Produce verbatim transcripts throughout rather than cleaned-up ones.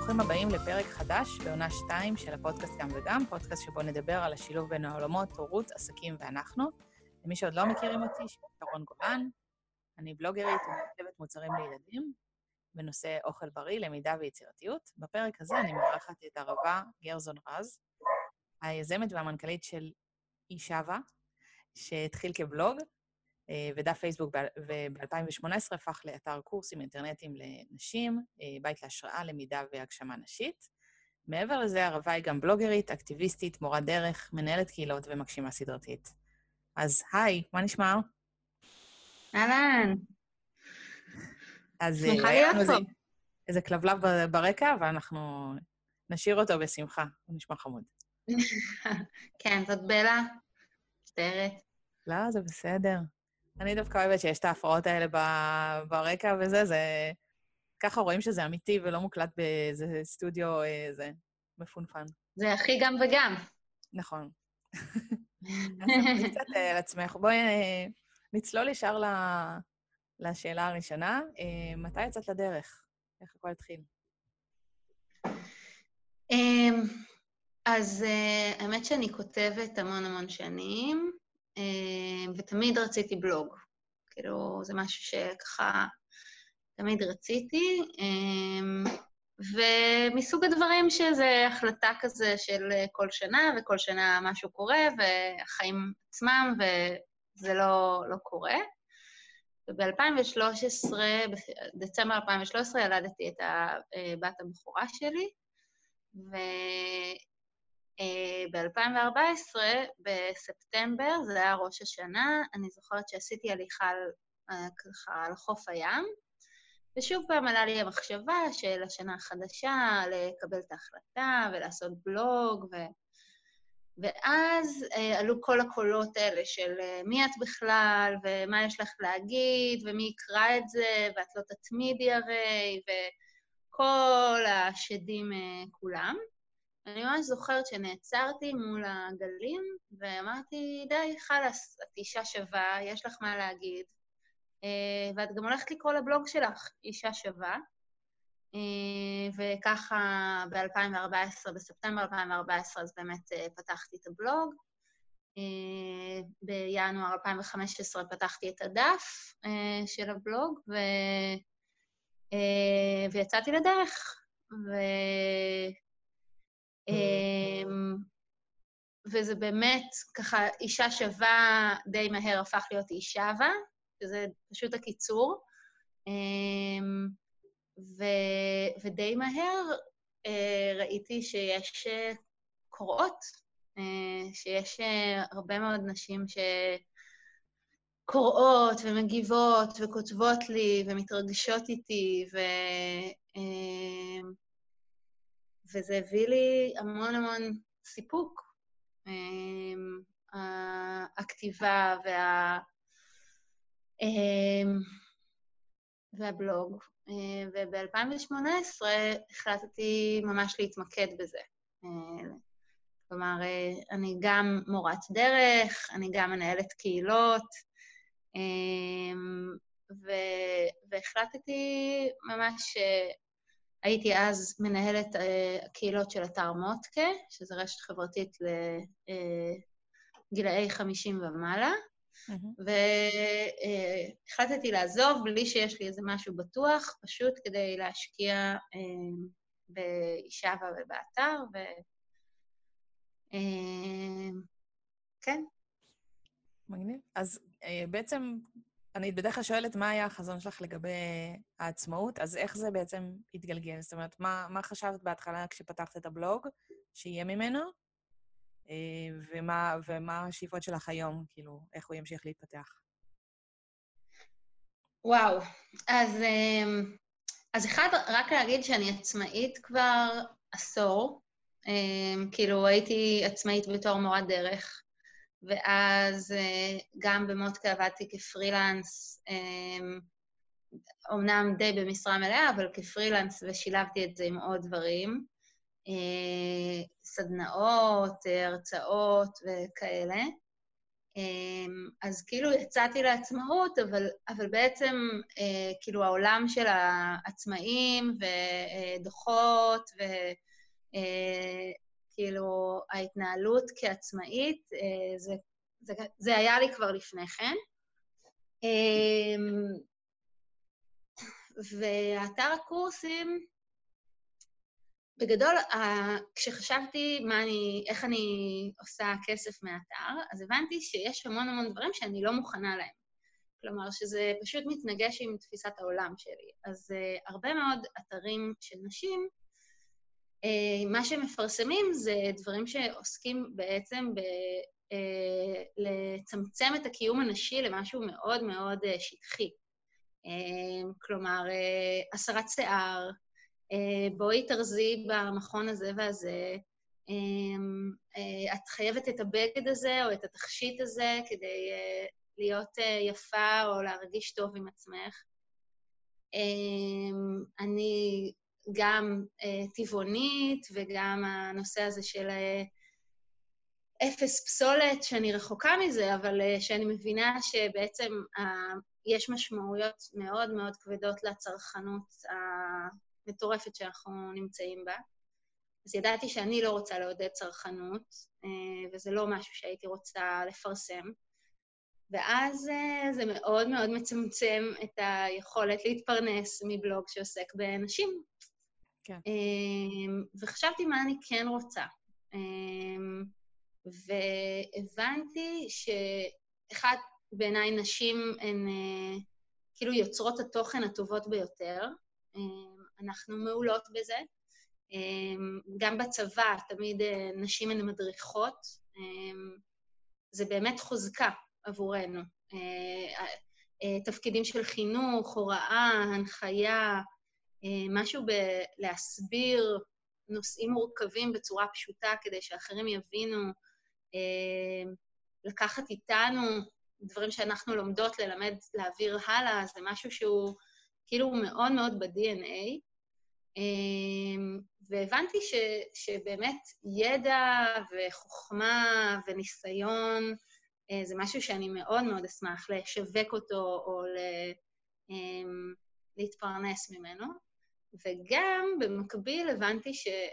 ברוכים הבאים לפרק חדש בעונה שתיים של הפודקאסט גם וגם, פודקאסט שבו נדבר על השילוב בין העולמות, הורות, עסקים ואנחנו. למי שעוד לא מכירים אותי, שמי שרון גולן, אני בלוגרית ומכתבת מוצרים לילדים, בנושא אוכל בריא, למידה ויצירתיות. בפרק הזה אני מארחת את ערבה גרזון רז, היזמת והמנכ"לית של אישבה, שהתחיל כבלוג, ודף פייסבוק וב-אלפיים ושמונה עשרה הפך לאתר קורסים אינטרנטיים לנשים, בית להשראה, למידה והגשמה נשית. מעבר לזה, ערבה היא גם בלוגרית, אקטיביסטית, מורת דרך, מנהלת קהילות ומגשימה סדרתית. אז היי, מה נשמע? אהלן. אז שמחה היה לנו להיות פה. איזה, איזה כלבלב ברקע, ואנחנו נשאיר אותו בשמחה. הוא נשמע חמוד. כן, זאת בלה. מצטערת. לא, זה בסדר. אני דווקא אוהבת שיש את ההפרעות האלה ב- ברקע וזה, זה... ככה רואים שזה אמיתי ולא מוקלט באיזה סטודיו איזה מפונפן. זה הכי גם וגם. נכון. אז ספרי קצת על עצמך. בואי נצלול ישר לשאלה הראשונה. מתי יצאת לדרך? איך הכל התחיל? אז האמת שאני כותבת המון המון שנים, ותמיד רציתי בלוג. כאילו, זה משהו שככה תמיד רציתי, ומסוג הדברים שזה החלטה כזה של כל שנה, וכל שנה משהו קורה, והחיים עצמם, וזה לא, לא קורה. וב-אלפיים ושלוש עשרה, בדצמבר אלפיים ושלוש עשרה, ילדתי את הבת הבכורה שלי, וב-אלפיים וארבע עשרה, בספטמבר, זה היה ראש השנה, אני זוכרת שעשיתי הליכה ככה על חוף הים, ושוב פעם עלה לי המחשבה של השנה החדשה, לקבל את ההחלטה ולעשות בלוג, ו... ואז אה, עלו כל הקולות האלה של אה, מי את בכלל, ומה יש לך להגיד, ומי יקרא את זה, ואת לא תתמידי הרי, וכל השדים אה, כולם. אני ממש זוכרת שנעצרתי מול הגלים, ואמרתי, די, חלס, את אישה שווה, יש לך מה להגיד, ואת גם הולכת לקרוא לבלוג שלך, אישה שווה, וככה ב-אלפיים וארבע עשרה, בספטמבר אלפיים וארבע עשרה, אז באמת פתחתי את הבלוג. בינואר אלפיים וחמש עשרה פתחתי את הדף של הבלוג, ו... ויצאתי לדרך. ו... וזה באמת, ככה, אישה שווה די מהר הפך להיות אישבה, שזה פשוט הקיצור, ו, ודי מהר ראיתי שיש קוראות, שיש הרבה מאוד נשים שקוראות ומגיבות וכותבות לי ומתרגשות איתי, ו, וזה הביא לי המון המון סיפוק. הכתיבה וה... והבלוג, וב-אלפיים ושמונה עשרה החלטתי ממש להתמקד בזה. כלומר, אני גם מורת דרך, אני גם מנהלת קהילות, והחלטתי ממש, הייתי אז מנהלת הקהילות של אתר מוטקה, שזו רשת חברתית לגילאי חמישים ומעלה, והחלטתי לעזוב בלי שיש לי איזה משהו בטוח, פשוט כדי להשקיע באישבה ובאתר, וכן. מגניב. אז בעצם, אני בדרך כלל שואלת מה היה החזון שלך לגבי העצמאות, אז איך זה בעצם התגלגל? זאת אומרת, מה, מה חשבת בהתחלה כשפתחת את הבלוג, שיהיה ממנו? ומה, ומה השאיפות שלך היום, כאילו, איך הוא ימשיך להתפתח? וואו, אז, אז אחד, רק להגיד שאני עצמאית כבר עשור, כאילו הייתי עצמאית בתור מורת דרך, ואז גם במוטקה עבדתי כפרילנס, אומנם די במשרה מלאה, אבל כפרילנס ושילבתי את זה עם עוד דברים, סדנאות, הרצאות וכאלה. אז כאילו יצאתי לעצמאות, אבל, אבל בעצם כאילו העולם של העצמאים ודוחות וכאילו ההתנהלות כעצמאית, זה, זה, זה היה לי כבר לפני כן. ואתר הקורסים, בגדול, כשחשבתי מה אני, איך אני עושה כסף מהאתר, אז הבנתי שיש המון המון דברים שאני לא מוכנה להם. כלומר, שזה פשוט מתנגש עם תפיסת העולם שלי. אז uh, הרבה מאוד אתרים של נשים, uh, מה שמפרסמים זה דברים שעוסקים בעצם ב... Uh, לצמצם את הקיום הנשי למשהו מאוד מאוד uh, שטחי. Uh, כלומר, uh, הסרת שיער, בואי תרזי במכון הזה והזה, את חייבת את הבגד הזה או את התכשיט הזה כדי להיות יפה או להרגיש טוב עם עצמך. אני גם טבעונית וגם הנושא הזה של אפס פסולת, שאני רחוקה מזה, אבל שאני מבינה שבעצם יש משמעויות מאוד מאוד כבדות לצרכנות מטורפת שאנחנו נמצאים בה. אז ידעתי שאני לא רוצה לעודד צרכנות, וזה לא משהו שהייתי רוצה לפרסם. ואז זה מאוד מאוד מצמצם את היכולת להתפרנס מבלוג שעוסק בנשים. כן. וחשבתי מה אני כן רוצה. והבנתי שאחד, בעיניי נשים הן כאילו יוצרות התוכן הטובות ביותר, אנחנו מעולות בזה. גם בצבא, תמיד נשים הן מדריכות. זה באמת חוזקה עבורנו. תפקידים של חינוך, הוראה, הנחיה, משהו בלהסביר נושאים מורכבים בצורה פשוטה כדי שאחרים יבינו, לקחת איתנו דברים שאנחנו לומדות, ללמד, להעביר הלאה, זה משהו שהוא כאילו מאוד מאוד ב-די אן איי, והבנתי ש, שבאמת ידע וחוכמה וניסיון, זה משהו שאני מאוד מאוד אשמח לשווק אותו או להתפרנס ממנו, וגם במקביל הבנתי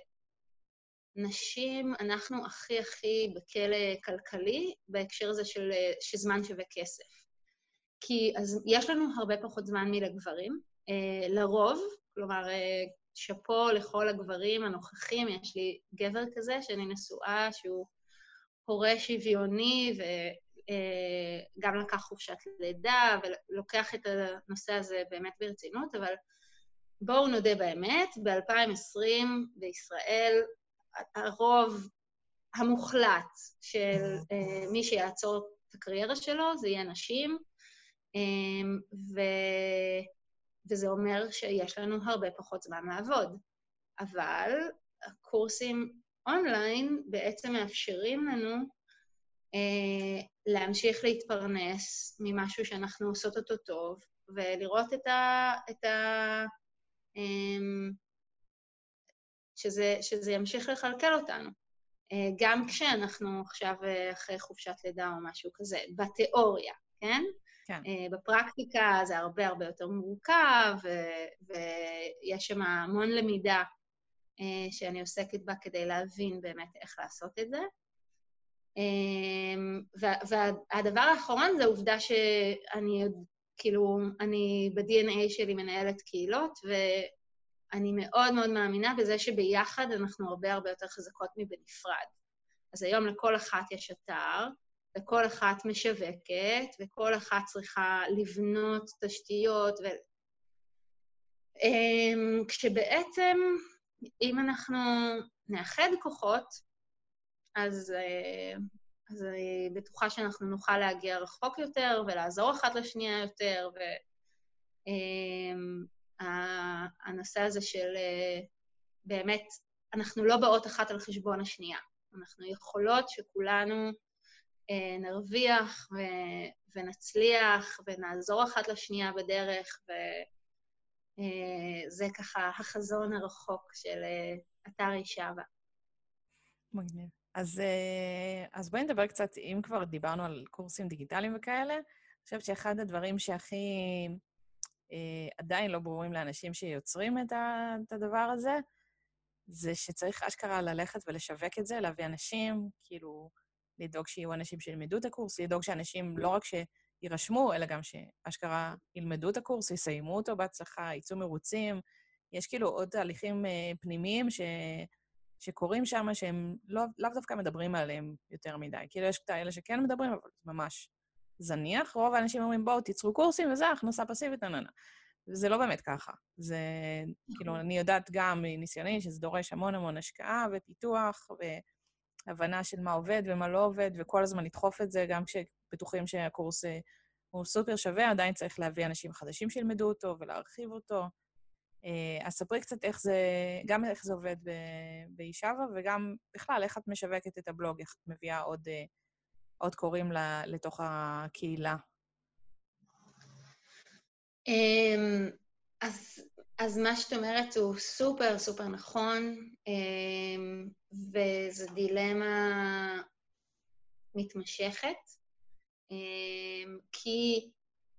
שנשים, אנחנו הכי הכי בכלא כלכלי בהקשר הזה של שזמן שווה כסף. כי אז יש לנו הרבה פחות זמן מלגברים, לרוב, כלומר, שפו לכל הגברים הנוכחים, יש לי גבר כזה שאני נשואה, שהוא הורה שוויוני, וגם לקח חופשת לידה, ולוקח את הנושא הזה באמת ברצינות, אבל בואו נודה באמת, ב-אלפיים עשרים בישראל, הרוב המוחלט של מי שיעצור את הקריירה שלו, זה יהיה נשים, ו... וזה אומר שיש לנו הרבה פחות זמן לעבוד. אבל הקורסים אונליין בעצם מאפשרים לנו אה, להמשיך להתפרנס ממשהו שאנחנו עושות אותו טוב, ולראות את ה... את ה אה, שזה, שזה ימשיך לחלקל אותנו. אה, גם כשאנחנו עכשיו אחרי חופשת לידה או משהו כזה, בתיאוריה, כן? כן. בפרקטיקה זה הרבה הרבה יותר מורכב, ויש שם המון למידה שאני עוסקת בה כדי להבין באמת איך לעשות את זה. והדבר האחרון זה העובדה שאני, כאילו, אני ב-די אן איי שלי מנהלת קהילות, ואני מאוד מאוד מאמינה בזה שביחד אנחנו הרבה הרבה יותר חזקות מבנפרד. אז היום לכל אחת יש אתר, וכל אחת משווקת, וכל אחת צריכה לבנות תשתיות, ו... כשבעצם, אם אנחנו נאחד כוחות, אז, אז אני בטוחה שאנחנו נוכל להגיע רחוק יותר, ולעזור אחת לשנייה יותר, והנושא הזה של באמת, אנחנו לא באות אחת על חשבון השנייה. אנחנו יכולות שכולנו נרוויח ו- ונצליח ונעזור אחת לשנייה בדרך, וזה ככה החזון הרחוק של אתר אישה בה. מגניב. אז, אז בואי נדבר קצת, אם כבר דיברנו על קורסים דיגיטליים וכאלה, אני חושבת שאחד הדברים שהכי אה, עדיין לא ברורים לאנשים שיוצרים את, ה, את הדבר הזה, זה שצריך אשכרה ללכת ולשווק את זה, להביא אנשים, כאילו, לדאוג שיהיו אנשים שילמדו את הקורס, לדאוג שאנשים לא רק שירשמו, אלא גם שאשכרה ילמדו את הקורס, יסיימו אותו בהצלחה, יצאו מרוצים. יש כאילו עוד תהליכים אה, פנימיים ש... שקורים שם, שהם לא, לאו דווקא מדברים עליהם יותר מדי. כאילו, יש כאלה שכן מדברים, אבל זה ממש זניח. רוב האנשים אומרים, בואו, תיצרו קורסים, וזה הכנסה פסיבית, נננה. וזה לא באמת ככה. זה, כאילו, אני יודעת גם מניסיוני שזה דורש המון המון השקעה ופיתוח, והבנה של מה עובד ומה לא עובד, וכל הזמן לדחוף את זה, גם כשבטוחים שהקורס הוא סופר שווה, עדיין צריך להביא אנשים חדשים שילמדו אותו ולהרחיב אותו. אז ספרי קצת איך זה, גם איך זה עובד בישבה, וגם בכלל, איך את משווקת את הבלוג, איך את מביאה עוד, עוד קוראים לתוך הקהילה. אז, אז מה שאת אומרת הוא סופר סופר נכון, וזו דילמה מתמשכת, כי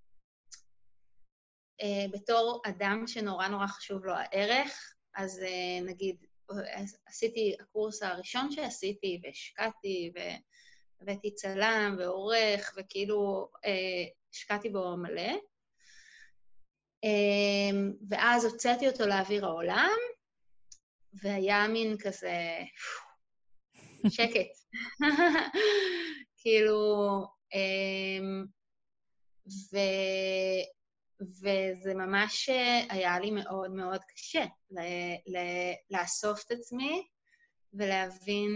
בתור אדם שנורא נורא חשוב לו הערך, אז נגיד, עשיתי הקורס הראשון שעשיתי, והשקעתי, והבאתי צלם ועורך, וכאילו השקעתי בו מלא, ואז הוצאתי אותו לאוויר העולם, והיה מין כזה שקט. כאילו, ו... וזה ממש היה לי מאוד מאוד קשה ל- ל- לאסוף את עצמי ולהבין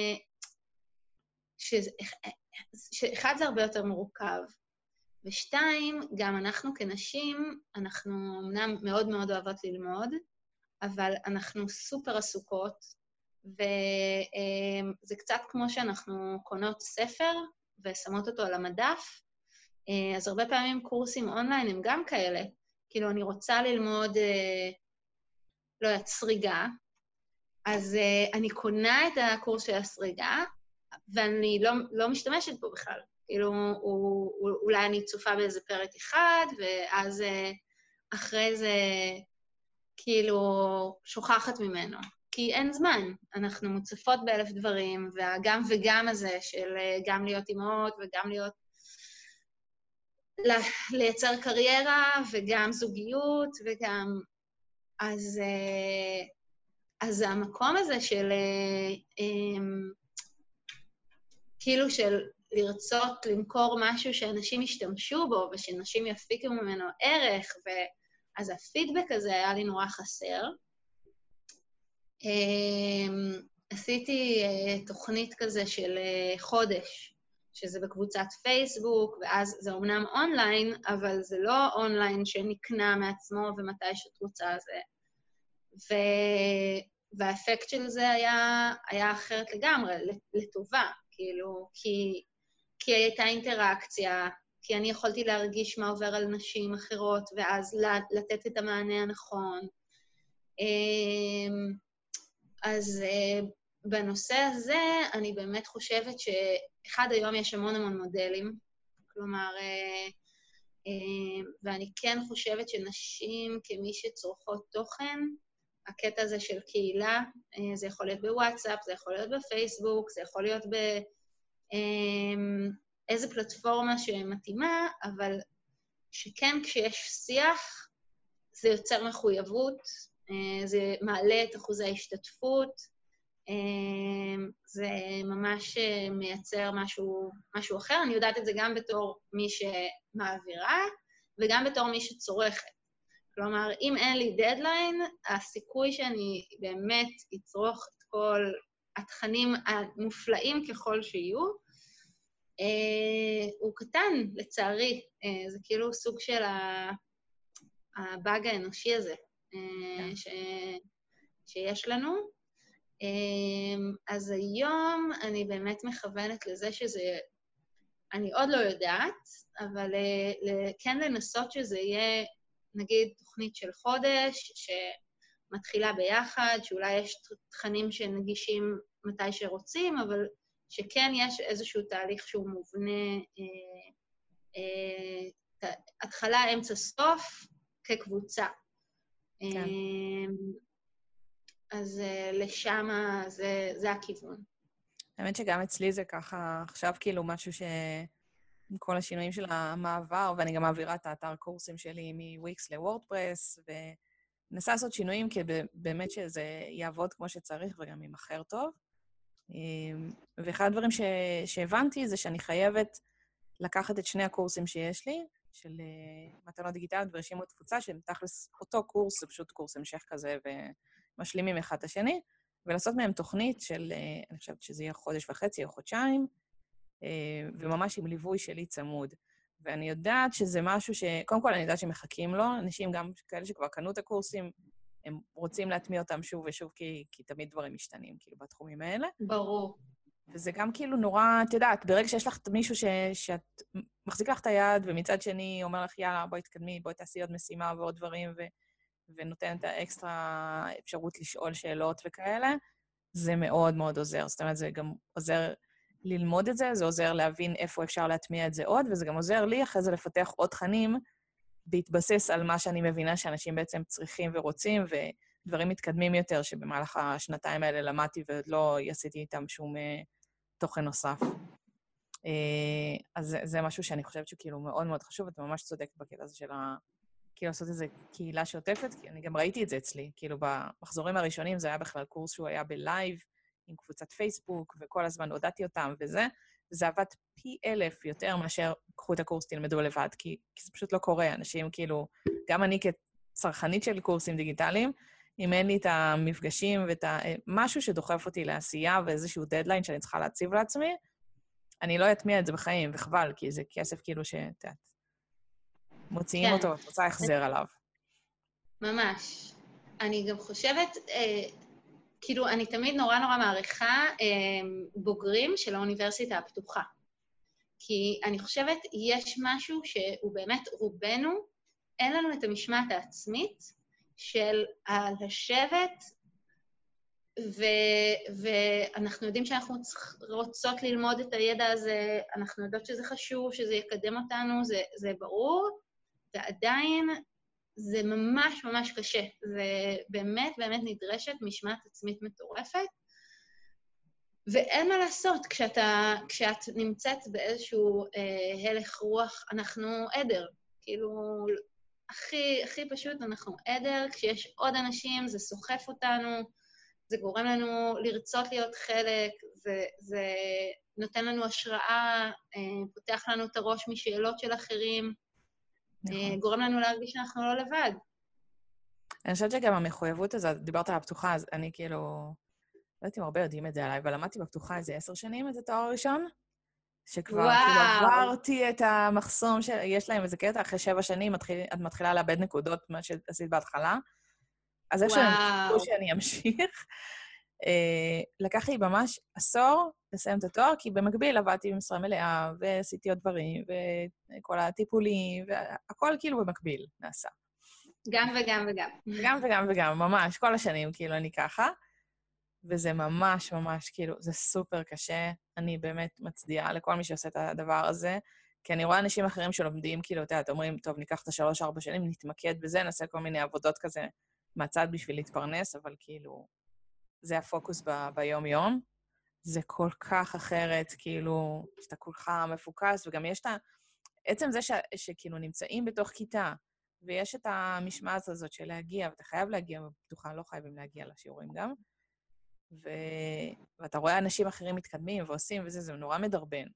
שזה, שאחד זה הרבה יותר מורכב, ושתיים, גם אנחנו כנשים, אנחנו אמנם מאוד מאוד אוהבות ללמוד, אבל אנחנו סופר עסוקות, וזה קצת כמו שאנחנו קונות ספר ושמות אותו על המדף, אז הרבה פעמים קורסים אונליין הם גם כאלה. כאילו, אני רוצה ללמוד, לא יודעת, סריגה, אז אני קונה את הקורס של הסריגה, ואני לא, לא משתמשת בו בכלל. כאילו, הוא, הוא, אולי אני צופה באיזה פרק אחד, ואז אחרי זה, כאילו, שוכחת ממנו. כי אין זמן. אנחנו מוצפות באלף דברים, והגם וגם הזה של גם להיות אימהות וגם להיות לייצר קריירה וגם זוגיות וגם... אז, אז המקום הזה של... כאילו של לרצות למכור משהו שאנשים ישתמשו בו ושאנשים יפיקו ממנו ערך, ואז הפידבק הזה היה לי נורא חסר. עשיתי תוכנית כזה של חודש, שזה בקבוצת פייסבוק, ואז זה אומנם אונליין, אבל זה לא אונליין שנקנה מעצמו ומתי שאת רוצה זה. ו... והאפקט של זה היה, היה אחרת לגמרי, לטובה, כאילו, כי, כי הייתה אינטראקציה, כי אני יכולתי להרגיש מה עובר על נשים אחרות, ואז לתת את המענה הנכון. אז בנושא הזה אני באמת חושבת ש... אחד, היום יש המון המון מודלים, כלומר, ואני כן חושבת שנשים, כמי שצורכות תוכן, הקטע הזה של קהילה, זה יכול להיות בוואטסאפ, זה יכול להיות בפייסבוק, זה יכול להיות באיזה פלטפורמה שמתאימה, אבל שכן כשיש שיח, זה יוצר מחויבות, זה מעלה את אחוז ההשתתפות, זה ממש מייצר משהו, משהו אחר. אני יודעת את זה גם בתור מי שמעבירה, וגם בתור מי שצורכת. כלומר, אם אין לי דדליין, הסיכוי שאני באמת אצרוך את כל התכנים המופלאים ככל שיהיו, הוא קטן, לצערי. זה כאילו סוג של הבאג האנושי הזה ש... שיש לנו. אז היום אני באמת מכוונת לזה שזה, אני עוד לא יודעת, אבל כן לנסות שזה יהיה, נגיד, תוכנית של חודש, שמתחילה ביחד, שאולי יש תכנים שנגישים מתי שרוצים, אבל שכן יש איזשהו תהליך שהוא מובנה, אה, אה, התחלה, אמצע, סוף, כקבוצה. כן. אז לשם זה, זה הכיוון. האמת שגם אצלי זה ככה, עכשיו כאילו משהו ש... עם כל השינויים של המעבר, ואני גם מעבירה את האתר קורסים שלי מוויקס לוורדפרס, ומנסה לעשות שינויים כי באמת שזה יעבוד כמו שצריך וגם יימחר טוב. ואחד הדברים ש... שהבנתי זה שאני חייבת לקחת את שני הקורסים שיש לי, של מתנות דיגיטליות ורשימות תפוצה, שהם תכלס אותו קורס, זה פשוט קורס המשך כזה, ומשלימים אחד את השני, ולעשות מהם תוכנית של, אני חושבת שזה יהיה חודש וחצי או חודשיים, וממש עם ליווי שלי צמוד. ואני יודעת שזה משהו ש... קודם כל, אני יודעת שמחכים לו, אנשים גם כאלה שכבר קנו את הקורסים, הם רוצים להטמיע אותם שוב ושוב, כי, כי תמיד דברים משתנים, כאילו, בתחומים האלה. ברור. וזה גם כאילו נורא, את יודעת, ברגע שיש לך מישהו ש... שאת מחזיק לך את היד, ומצד שני אומר לך, יאללה, בואי תקדמי, בואי תעשי עוד משימה ועוד דברים, ו... ונותן את האקסטרה אפשרות לשאול שאלות וכאלה, זה מאוד מאוד עוזר. זאת אומרת, זה גם עוזר ללמוד את זה, זה עוזר להבין איפה אפשר להטמיע את זה עוד, וזה גם עוזר לי אחרי זה לפתח עוד תכנים, בהתבסס על מה שאני מבינה שאנשים בעצם צריכים ורוצים, ודברים מתקדמים יותר, שבמהלך השנתיים האלה למדתי ועוד לא עשיתי איתם שום תוכן נוסף. אז זה, זה משהו שאני חושבת שכאילו מאוד מאוד חשוב, את ממש צודקת בקטע הזה של ה... כאילו לעשות איזו קהילה שוטפת, כי אני גם ראיתי את זה אצלי, כאילו במחזורים הראשונים זה היה בכלל קורס שהוא היה בלייב, עם קבוצת פייסבוק, וכל הזמן הודעתי אותם וזה, וזה עבד פי אלף יותר מאשר קחו את הקורס, תלמדו לבד, כי, כי זה פשוט לא קורה. אנשים כאילו, גם אני כצרכנית של קורסים דיגיטליים, אם אין לי את המפגשים ואת ה... משהו שדוחף אותי לעשייה ואיזשהו דדליין שאני צריכה להציב לעצמי, אני לא אטמיע את זה בחיים, וחבל, כי זה כסף כאילו שאת מוציאים כן. אותו, את רוצה להחזר עליו. ממש. אני גם חושבת... אה... כאילו, אני תמיד נורא נורא מעריכה אה, בוגרים של האוניברסיטה הפתוחה. כי אני חושבת, יש משהו שהוא באמת, רובנו, אין לנו את המשמעת העצמית של לשבת, ו- ואנחנו יודעים שאנחנו רוצות ללמוד את הידע הזה, אנחנו יודעות שזה חשוב, שזה יקדם אותנו, זה, זה ברור, ועדיין... זה ממש ממש קשה. זה באמת באמת נדרשת משמעת עצמית מטורפת, ואין מה לעשות, כשאתה, כשאת נמצאת באיזשהו אה, הלך רוח, אנחנו עדר. כאילו, הכי, הכי פשוט, אנחנו עדר, כשיש עוד אנשים, זה סוחף אותנו, זה גורם לנו לרצות להיות חלק, זה, זה נותן לנו השראה, אה, פותח לנו את הראש משאלות של אחרים, נכון. גורם לנו להרגיש שאנחנו לא לבד. אני חושבת שגם המחויבות הזאת, דיברת על הפתוחה, אז אני כאילו, לא יודעת אם הרבה יודעים את זה עליי, אבל למדתי בפתוחה איזה עשר שנים, איזה תואר ראשון, שכבר וואו. כאילו עברתי את המחסום שיש להם איזה קטע, אחרי שבע שנים מתחיל, את מתחילה לאבד נקודות, מה שעשית בהתחלה. אז איך שהם חשבו שאני אמשיך, לקח לי ממש עשור לסיים את התואר, כי במקביל עבדתי במשרה מלאה, ועשיתי עוד דברים, וכל הטיפולים, והכל כאילו במקביל נעשה. גם וגם וגם. גם וגם וגם, ממש, כל השנים כאילו אני ככה, וזה ממש ממש כאילו, זה סופר קשה, אני באמת מצדיעה לכל מי שעושה את הדבר הזה, כי אני רואה אנשים אחרים שלומדים, כאילו, אתה יודעת, אומרים, טוב, ניקח את השלוש, ארבע שנים, נתמקד בזה, נעשה כל מיני עבודות כזה מהצד בשביל להתפרנס, אבל כאילו, זה הפוקוס ב- ביום-יום. זה כל כך אחרת, כאילו, שאתה כולך מפוקס, וגם יש את ה... עצם זה ש... שכאילו נמצאים בתוך כיתה, ויש את המשמעת הזאת של להגיע, ואתה חייב להגיע בפתוחה, לא חייבים להגיע לשיעורים גם, ו... ואתה רואה אנשים אחרים מתקדמים ועושים וזה, זה נורא מדרבן.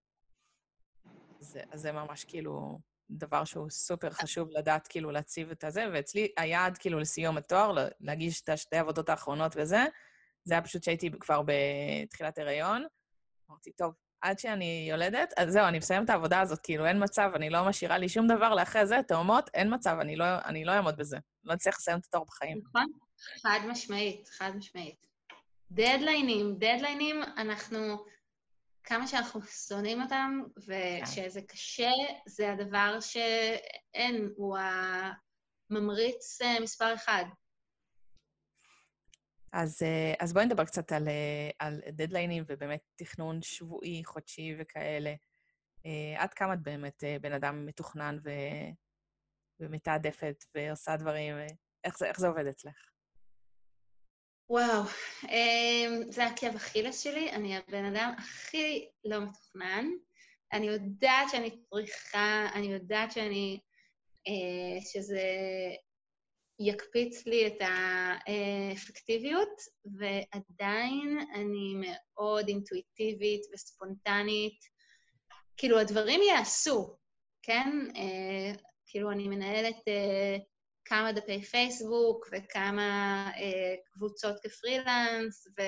זה, אז זה ממש כאילו דבר שהוא סופר חשוב לדעת, כאילו, להציב את הזה, ואצלי היעד כאילו לסיום התואר, להגיש את השתי עבודות האחרונות וזה, זה היה פשוט שהייתי כבר בתחילת הריון. אמרתי, טוב, עד שאני יולדת, אז זהו, אני מסיים את העבודה הזאת, כאילו, אין מצב, אני לא משאירה לי שום דבר לאחרי זה, תאומות, אין מצב, אני לא, אני לא אעמוד בזה. לא אצליח לסיים את התואר בחיים. נכון? חד משמעית, חד משמעית. דדליינים, דדליינים, אנחנו, כמה שאנחנו שונאים אותם, ושזה קשה, זה הדבר שאין, הוא הממריץ מספר אחד. אז, אז בואי נדבר קצת על, על דדליינים ובאמת תכנון שבועי, חודשי וכאלה. עד כמה את באמת בן אדם מתוכנן ו... ומתעדפת ועושה דברים, איך זה, איך זה עובד אצלך? וואו, זה הכאב אכילס שלי, אני הבן אדם הכי לא מתוכנן. אני יודעת שאני צריכה, אני יודעת שאני, שזה יקפיץ לי את האפקטיביות, ועדיין אני מאוד אינטואיטיבית וספונטנית. כאילו, הדברים יעשו, כן? כאילו, אני מנהלת כמה דפי פייסבוק וכמה קבוצות כפרילנס, ו...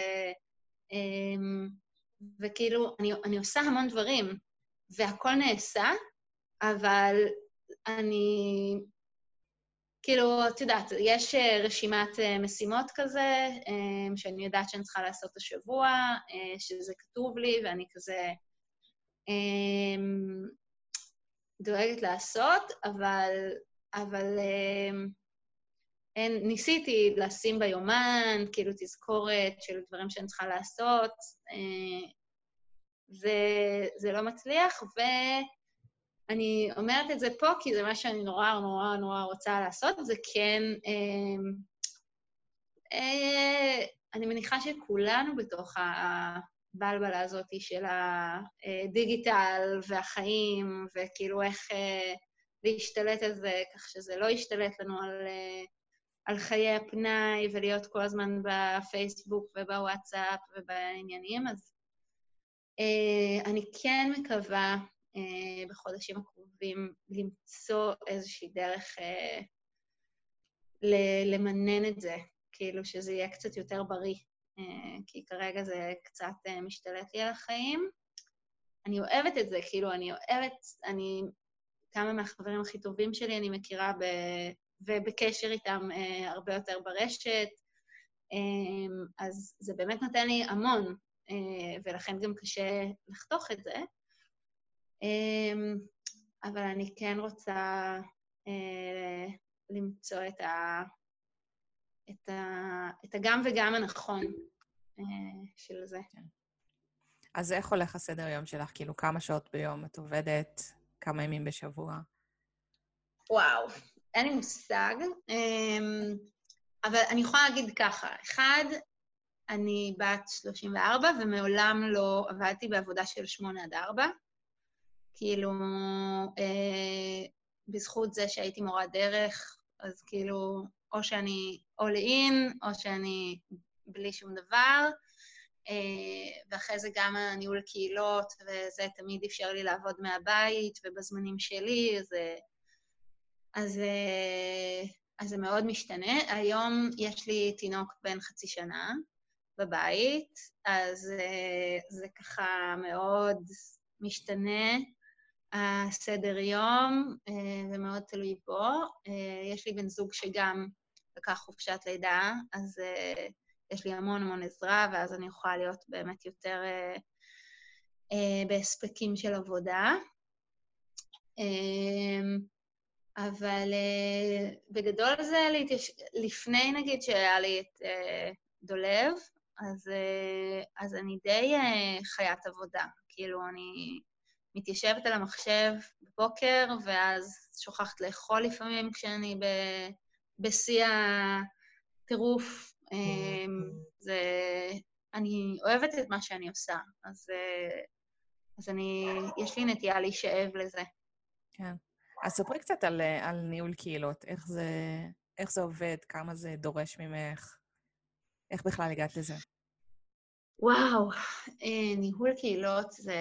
וכאילו, אני, אני עושה המון דברים, והכל נעשה, אבל אני, כאילו, את יודעת, יש רשימת משימות כזה, שאני יודעת שאני צריכה לעשות השבוע, שזה כתוב לי, ואני כזה דואגת לעשות, אבל, אבל אין, ניסיתי לשים ביומן, כאילו תזכורת של דברים שאני צריכה לעשות, זה, זה לא מצליח, ואני אומרת את זה פה, כי זה מה שאני נורא נורא נורא רוצה לעשות, זה כן, אה, אה, אני מניחה שכולנו בתוך הבלבלה הזאת של הדיגיטל והחיים, וכאילו איך אה, להשתלט על זה, כך שזה לא ישתלט לנו על, אה, על חיי הפנאי, ולהיות כל הזמן בפייסבוק ובוואטסאפ ובעניינים, אז Uh, אני כן מקווה uh, בחודשים הקרובים למצוא איזושהי דרך uh, למנן את זה, כאילו שזה יהיה קצת יותר בריא, uh, כי כרגע זה קצת uh, משתלט לי על החיים. אני אוהבת את זה, כאילו אני אוהבת, אני, כמה מהחברים הכי טובים שלי אני מכירה ב, ובקשר איתם uh, הרבה יותר ברשת, uh, אז זה באמת נותן לי המון, ולכן גם קשה לחתוך את זה. אבל אני כן רוצה למצוא את ה... את ה... את הגם וגם הנכון של זה. אז איך הולך הסדר יום שלך? כאילו, כמה שעות ביום את עובדת? כמה ימים בשבוע? וואו, אין לי מושג. אבל אני יכולה להגיד ככה, אחד, אני בת שלושים וארבע, ומעולם לא עבדתי בעבודה של שמונה עד ארבע. כאילו, אה, בזכות זה שהייתי מורה דרך, אז כאילו, או שאני all in, או שאני בלי שום דבר, אה, ואחרי זה גם הניהול קהילות, וזה תמיד אפשר לי לעבוד מהבית, ובזמנים שלי, אז, אז, אז זה מאוד משתנה. היום יש לי תינוק בן חצי שנה בבית, אז זה ככה מאוד משתנה, הסדר יום, ומאוד תלוי בו. יש לי בן זוג שגם לקח חופשת לידה, אז יש לי המון המון עזרה, ואז אני יכולה להיות באמת יותר בהספקים של עבודה. אבל בגדול זה להתייש... לפני נגיד שהיה לי את דולב, אז, אז אני די חיית עבודה. כאילו, אני מתיישבת על המחשב בבוקר, ואז שוכחת לאכול לפעמים כשאני ב... בשיא הטירוף. זה... אני אוהבת את מה שאני עושה, אז, אז אני... יש לי נטייה להישאב לזה. כן. אז ספרי קצת על, על ניהול קהילות. איך זה, איך זה עובד? כמה זה דורש ממך? איך בכלל הגעת לזה? וואו, ניהול קהילות זה...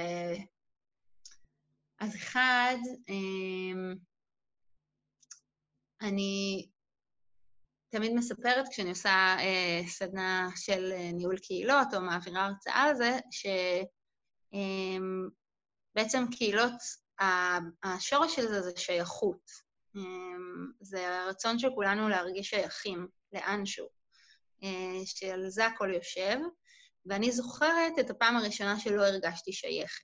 אז אחד, אני תמיד מספרת כשאני עושה סדנה של ניהול קהילות או מעבירה הרצאה על זה, שבעצם קהילות, השורש של זה זה שייכות. זה הרצון של כולנו להרגיש שייכים לאנשהו, שעל זה הכל יושב, ואני זוכרת את הפעם הראשונה שלא הרגשתי שייכת.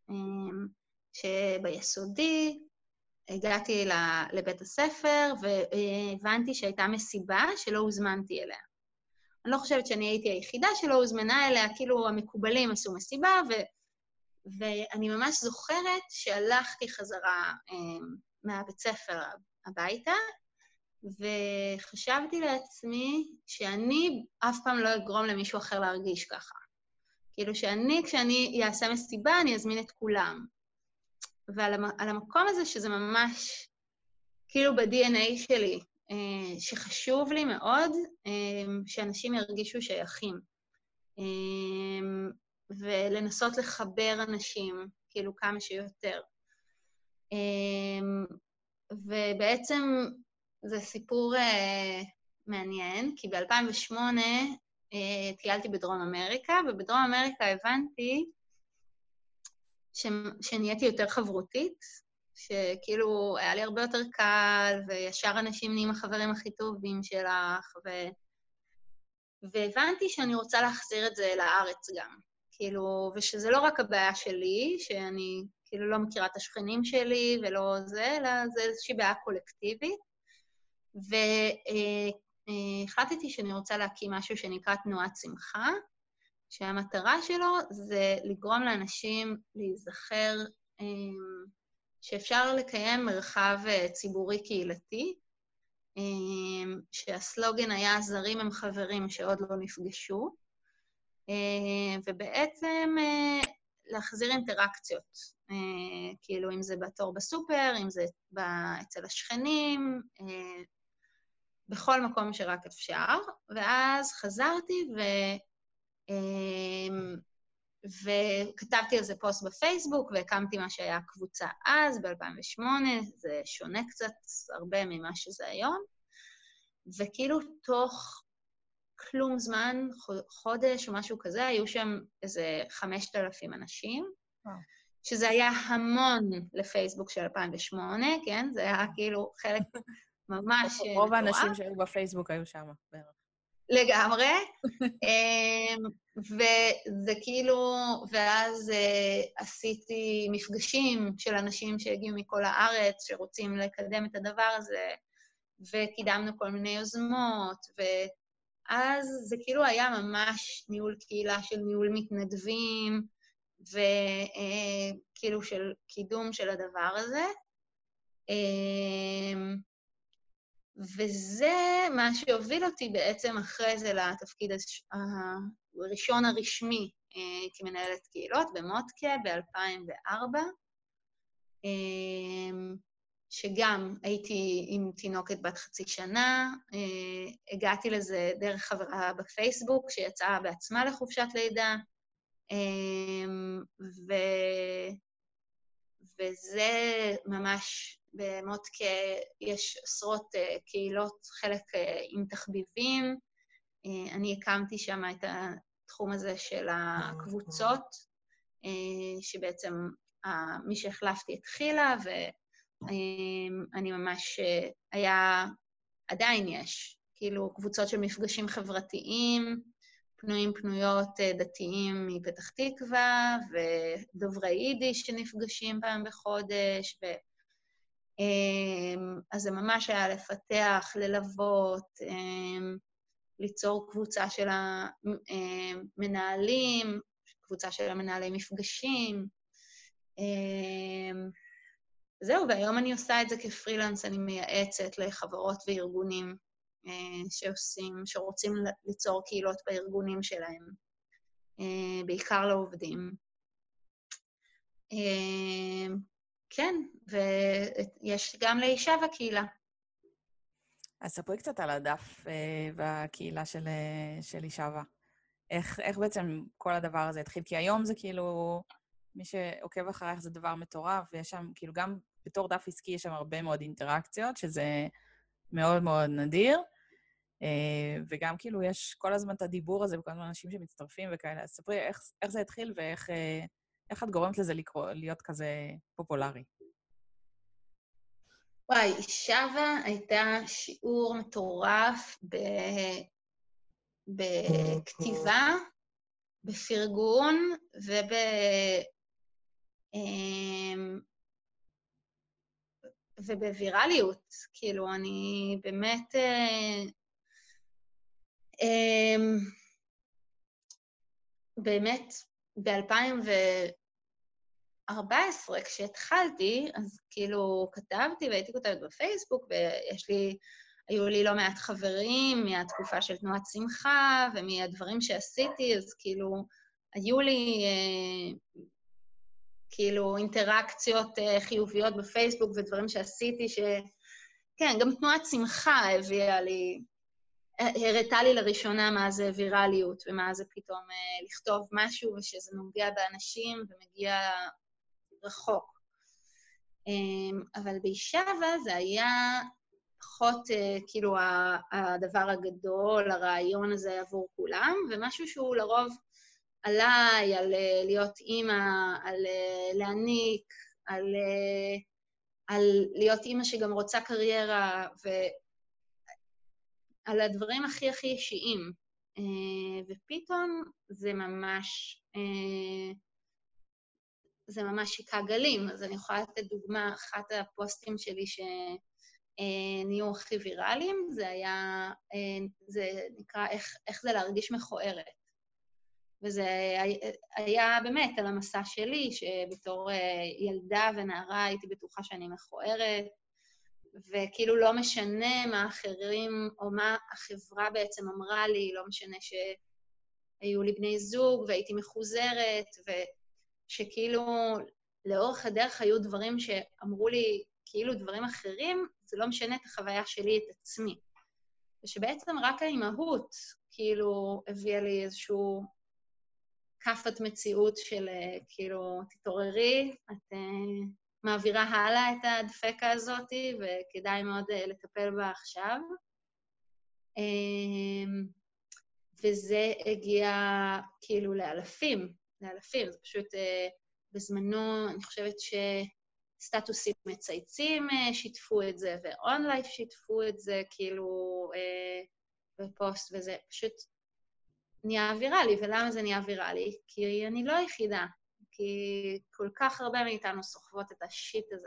שביסודי הגעתי לבית הספר והבנתי שהייתה מסיבה שלא הוזמנתי אליה. אני לא חושבת שאני הייתי היחידה שלא הוזמנה אליה, כאילו המקובלים עשו מסיבה, ו, ואני ממש זוכרת שהלכתי חזרה אה, מהבית ספר הביתה, וחשבתי לעצמי שאני אף פעם לא אגרום למישהו אחר להרגיש ככה. כאילו שאני, כשאני אעשה מסיבה, אני אזמין את כולם. ועל המ, על המקום הזה שזה ממש, כאילו ב-די אן איי שלי, שחשוב לי מאוד שאנשים ירגישו שייכים. ולנסות לחבר אנשים, כאילו כמה שיותר. ובעצם זה סיפור מעניין, כי ב-אלפיים ושמונה טיילתי בדרום אמריקה, ובדרום אמריקה הבנתי שנהייתי יותר חברותית, שכאילו היה לי הרבה יותר קל, וישר אנשים נהיים החברים הכי טובים שלך, ו... והבנתי שאני רוצה להחזיר את זה לארץ גם. כאילו, ושזה לא רק הבעיה שלי, שאני כאילו לא מכירה את השכנים שלי ולא זה, אלא זה איזושהי בעיה קולקטיבית. והחלטתי שאני רוצה להקים משהו שנקרא תנועת שמחה, שהמטרה שלו זה לגרום לאנשים להיזכר שאפשר לקיים מרחב ציבורי קהילתי, שהסלוגן היה זרים הם חברים שעוד לא נפגשו, ובעצם להחזיר אינטראקציות, כאילו אם זה בתור בסופר, אם זה אצל השכנים, בכל מקום שרק אפשר, ואז חזרתי ו... וכתבתי על זה פוסט בפייסבוק, והקמתי מה שהיה קבוצה אז, ב-אלפיים ושמונה, זה שונה קצת הרבה ממה שזה היום, וכאילו תוך כלום זמן, חודש או משהו כזה, היו שם איזה חמשת אלפים אנשים, וואו. שזה היה המון לפייסבוק של אלפיים ושמונה, כן? זה היה כאילו חלק ממש מטורף. רוב האנשים שהיו בפייסבוק היו שם בערך. לגמרי. וזה כאילו, ואז עשיתי מפגשים של אנשים שהגיעו מכל הארץ, שרוצים לקדם את הדבר הזה, וקידמנו כל מיני יוזמות, ואז זה כאילו היה ממש ניהול קהילה של ניהול מתנדבים, וכאילו של קידום של הדבר הזה. וזה מה שהוביל אותי בעצם אחרי זה לתפקיד הראשון הרשמי כמנהלת קהילות במודקה ב-אלפיים וארבע, שגם הייתי עם תינוקת בת חצי שנה, הגעתי לזה דרך חברה בפייסבוק שיצאה בעצמה לחופשת לידה, ו... וזה ממש... במודקה יש עשרות קהילות, חלק עם תחביבים. אני הקמתי שם את התחום הזה של הקבוצות, שבעצם מי שהחלפתי התחילה, ואני ממש, היה, עדיין יש, כאילו קבוצות של מפגשים חברתיים, פנויים פנויות דתיים מפתח תקווה, ודוברי יידיש שנפגשים פעם בחודש, ו... אז זה ממש היה לפתח, ללוות, ליצור קבוצה של המנהלים, קבוצה של המנהלי מפגשים. זהו, והיום אני עושה את זה כפרילנס, אני מייעצת לחברות וארגונים שעושים, שרוצים ליצור קהילות בארגונים שלהם, בעיקר לעובדים. כן, ויש גם לאישה בקהילה. אז ספרי קצת על הדף בקהילה של, של אישבה. איך, איך בעצם כל הדבר הזה התחיל? כי היום זה כאילו, מי שעוקב אחריך זה דבר מטורף, ויש שם, כאילו גם בתור דף עסקי יש שם הרבה מאוד אינטראקציות, שזה מאוד מאוד נדיר, וגם כאילו יש כל הזמן את הדיבור הזה, וכל הזמן אנשים שמצטרפים וכאלה. אז ספרי איך, איך זה התחיל ואיך... איך את גורמת לזה לקרוא, להיות כזה פופולרי? וואי, אישבה הייתה שיעור מטורף ב... בכתיבה, בפרגון וב... ובווירליות. כאילו, אני באמת... באמת, ב-אלפיים וארבע עשרה, כשהתחלתי, אז כאילו כתבתי והייתי כותבת בפייסבוק, ויש לי, היו לי לא מעט חברים מהתקופה של תנועת שמחה, ומהדברים שעשיתי, אז כאילו, היו לי אה, כאילו אינטראקציות אה, חיוביות בפייסבוק ודברים שעשיתי, ש... כן, גם תנועת שמחה הביאה לי, הראתה לי לראשונה מה זה ויראליות, ומה זה פתאום אה, לכתוב משהו, ושזה נוגע באנשים ומגיע רחוק. אה, אבל בישבה זה היה פחות אה, כאילו הדבר הגדול, הרעיון הזה עבור כולם, ומשהו שהוא לרוב עליי, על אה, להיות אימא, על אה, להניק, על, אה, על להיות אימא שגם רוצה קריירה, ו... על הדברים הכי הכי אישיים, ופתאום זה ממש, זה ממש שיקה גלים. אז אני יכולה לתת דוגמה, אחת הפוסטים שלי שנהיו הכי ויראליים, זה היה, זה נקרא איך, איך זה להרגיש מכוערת. וזה היה באמת על המסע שלי, שבתור ילדה ונערה הייתי בטוחה שאני מכוערת, וכאילו לא משנה מה האחרים, או מה החברה בעצם אמרה לי, לא משנה שהיו לי בני זוג, והייתי מחוזרת, ושכאילו לאורך הדרך היו דברים שאמרו לי, כאילו דברים אחרים, זה לא משנה את החוויה שלי, את עצמי. ושבעצם רק האימהות, כאילו, הביאה לי איזשהו כפת מציאות של, כאילו, תתעוררי, את... מעבירה הלאה את הדפקה הזאת, וכדאי מאוד לטפל בה עכשיו. וזה הגיע כאילו לאלפים, לאלפים. זה פשוט בזמנו, אני חושבת שסטטוסים מצייצים שיתפו את זה, ואונלייף שיתפו את זה, כאילו בפוסט, וזה פשוט נהיה ויראלי. ולמה זה נהיה ויראלי? כי אני לא היחידה. כי כל כך הרבה מאיתנו סוחבות את השיט הזה.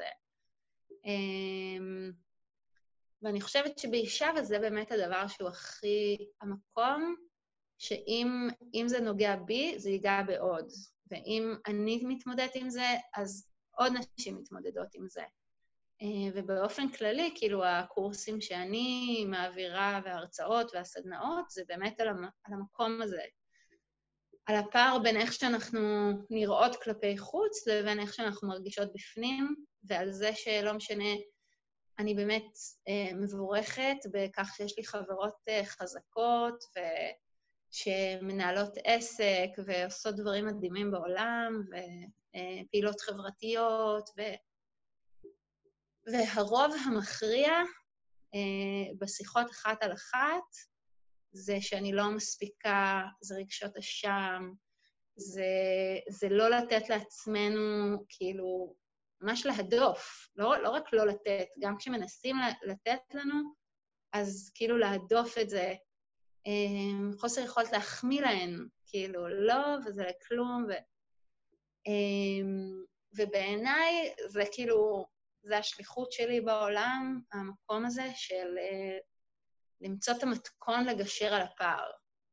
ואני חושבת שבישבה זה באמת הדבר שהוא הכי המקום, שאם אם זה נוגע בי, זה ייגע בעוד. ואם אני מתמודדת עם זה, אז עוד נשים מתמודדות עם זה. ובאופן כללי, כאילו הקורסים שאני מעבירה, וההרצאות והסדנאות, זה באמת על המקום הזה. על הפער בין איך שאנחנו נראות כלפי חוץ, לבין איך שאנחנו מרגישות בפנים, ועל זה שלא משנה, אני באמת אה, מבורכת בכך שיש לי חברות אה, חזקות, ושמנהלות עסק, ועושות דברים מדהימים בעולם, ופעילות חברתיות, ו... והרוב המכריע אה, בשיחות אחת על אחת, זה שאני לא מספיקה, זה רגשות אשם, זה, זה לא לתת לעצמנו, כאילו, ממש להדוף, לא, לא רק לא לתת, גם כשמנסים לתת לנו, אז כאילו להדוף את זה, חוסר יכולת להחמיא להן, כאילו, לא, וזה לכלום, ו... ובעיניי זה כאילו, זה השליחות שלי בעולם, המקום הזה של למצוא את המתכון לגשר על הפער.